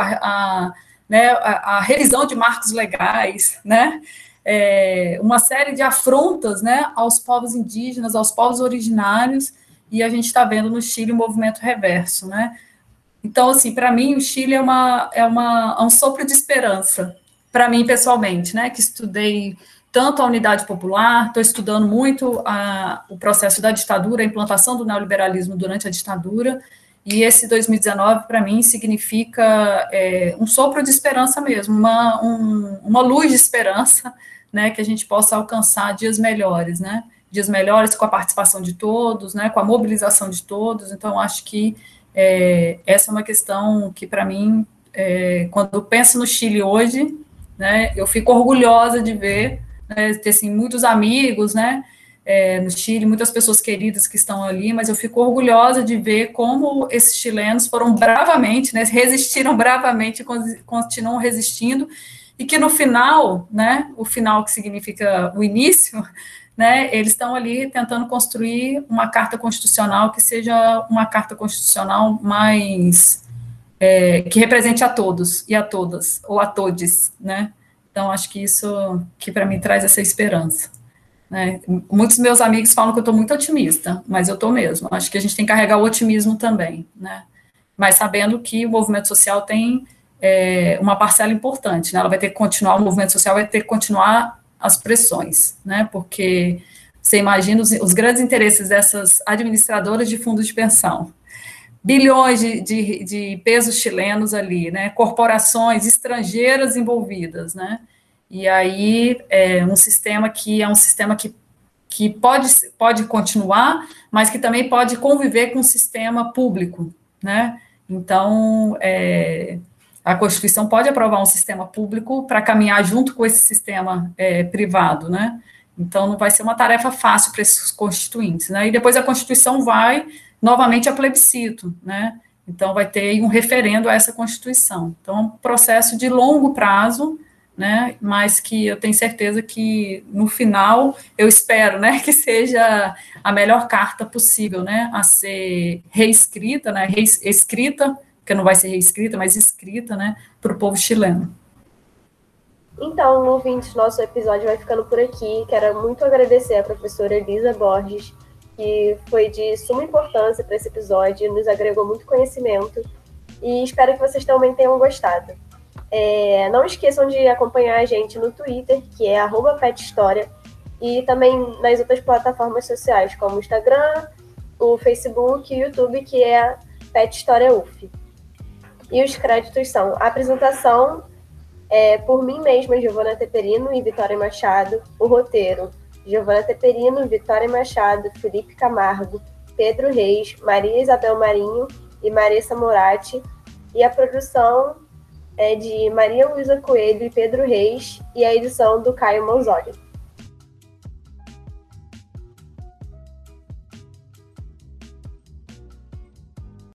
a revisão de marcos legais, né? Uma série de afrontas, né, aos povos indígenas, aos povos originários, e a gente está vendo no Chile um movimento reverso, né? Então, assim, para mim, o Chile é um sopro de esperança, para mim, pessoalmente, né, que estudei tanto a unidade popular, estou estudando muito o processo da ditadura, a implantação do neoliberalismo durante a ditadura, e esse 2019, para mim, significa um sopro de esperança mesmo, uma luz de esperança, né, que a gente possa alcançar dias melhores, né, dias melhores com a participação de todos, né, com a mobilização de todos. Então, acho que essa é uma questão que, para mim, quando eu penso no Chile hoje, né, eu fico orgulhosa de ver, né, ter assim, muitos amigos, né, no Chile, muitas pessoas queridas que estão ali, mas eu fico orgulhosa de ver como esses chilenos foram bravamente, né, resistiram bravamente, continuam resistindo, e que no final, né, o final que significa o início, né, eles estão ali tentando construir uma carta constitucional que seja uma carta constitucional mais que represente a todos e a todas, ou a todes, né? Então, acho que isso que para mim traz essa esperança, né? Muitos meus amigos falam que eu estou muito otimista, mas eu estou mesmo. Acho que a gente tem que carregar o otimismo também, né? Mas sabendo que o movimento social tem uma parcela importante, né? Ela vai ter que continuar, o movimento social vai ter que continuar as pressões, né? Porque você imagina os grandes interesses dessas administradoras de fundos de pensão, bilhões de pesos chilenos ali, né, corporações estrangeiras envolvidas, né, e aí um sistema que pode continuar, mas que também pode conviver com o sistema público, né, então a Constituição pode aprovar um sistema público para caminhar junto com esse sistema privado, né, então não vai ser uma tarefa fácil para esses constituintes, né, e depois a Constituição vai novamente a plebiscito, né? Então vai ter um referendo a essa Constituição. Então é um processo de longo prazo, né? Mas que eu tenho certeza que no final eu espero, né, que seja a melhor carta possível, né, a ser reescrita, né, escrita, porque não vai ser reescrita, mas escrita, né, para o povo chileno. Então, ouvintes, nosso episódio vai ficando por aqui. Quero muito agradecer à professora Elisa Borges, que foi de suma importância para esse episódio, nos agregou muito conhecimento, e espero que vocês também tenham gostado. Não esqueçam de acompanhar a gente no Twitter, que é @pethistoria, e também nas outras plataformas sociais, como o Instagram, o Facebook e o YouTube, que é Pet História UF. E os créditos são a apresentação por mim mesma, Giovana Teperino e Vitória Machado, o roteiro Giovana Teperino, Vitória Machado, Felipe Camargo, Pedro Reis, Maria Isabel Marinho e Marissa Moratti, e a produção é de Maria Luísa Coelho e Pedro Reis, e a edição do Caio Mausoli.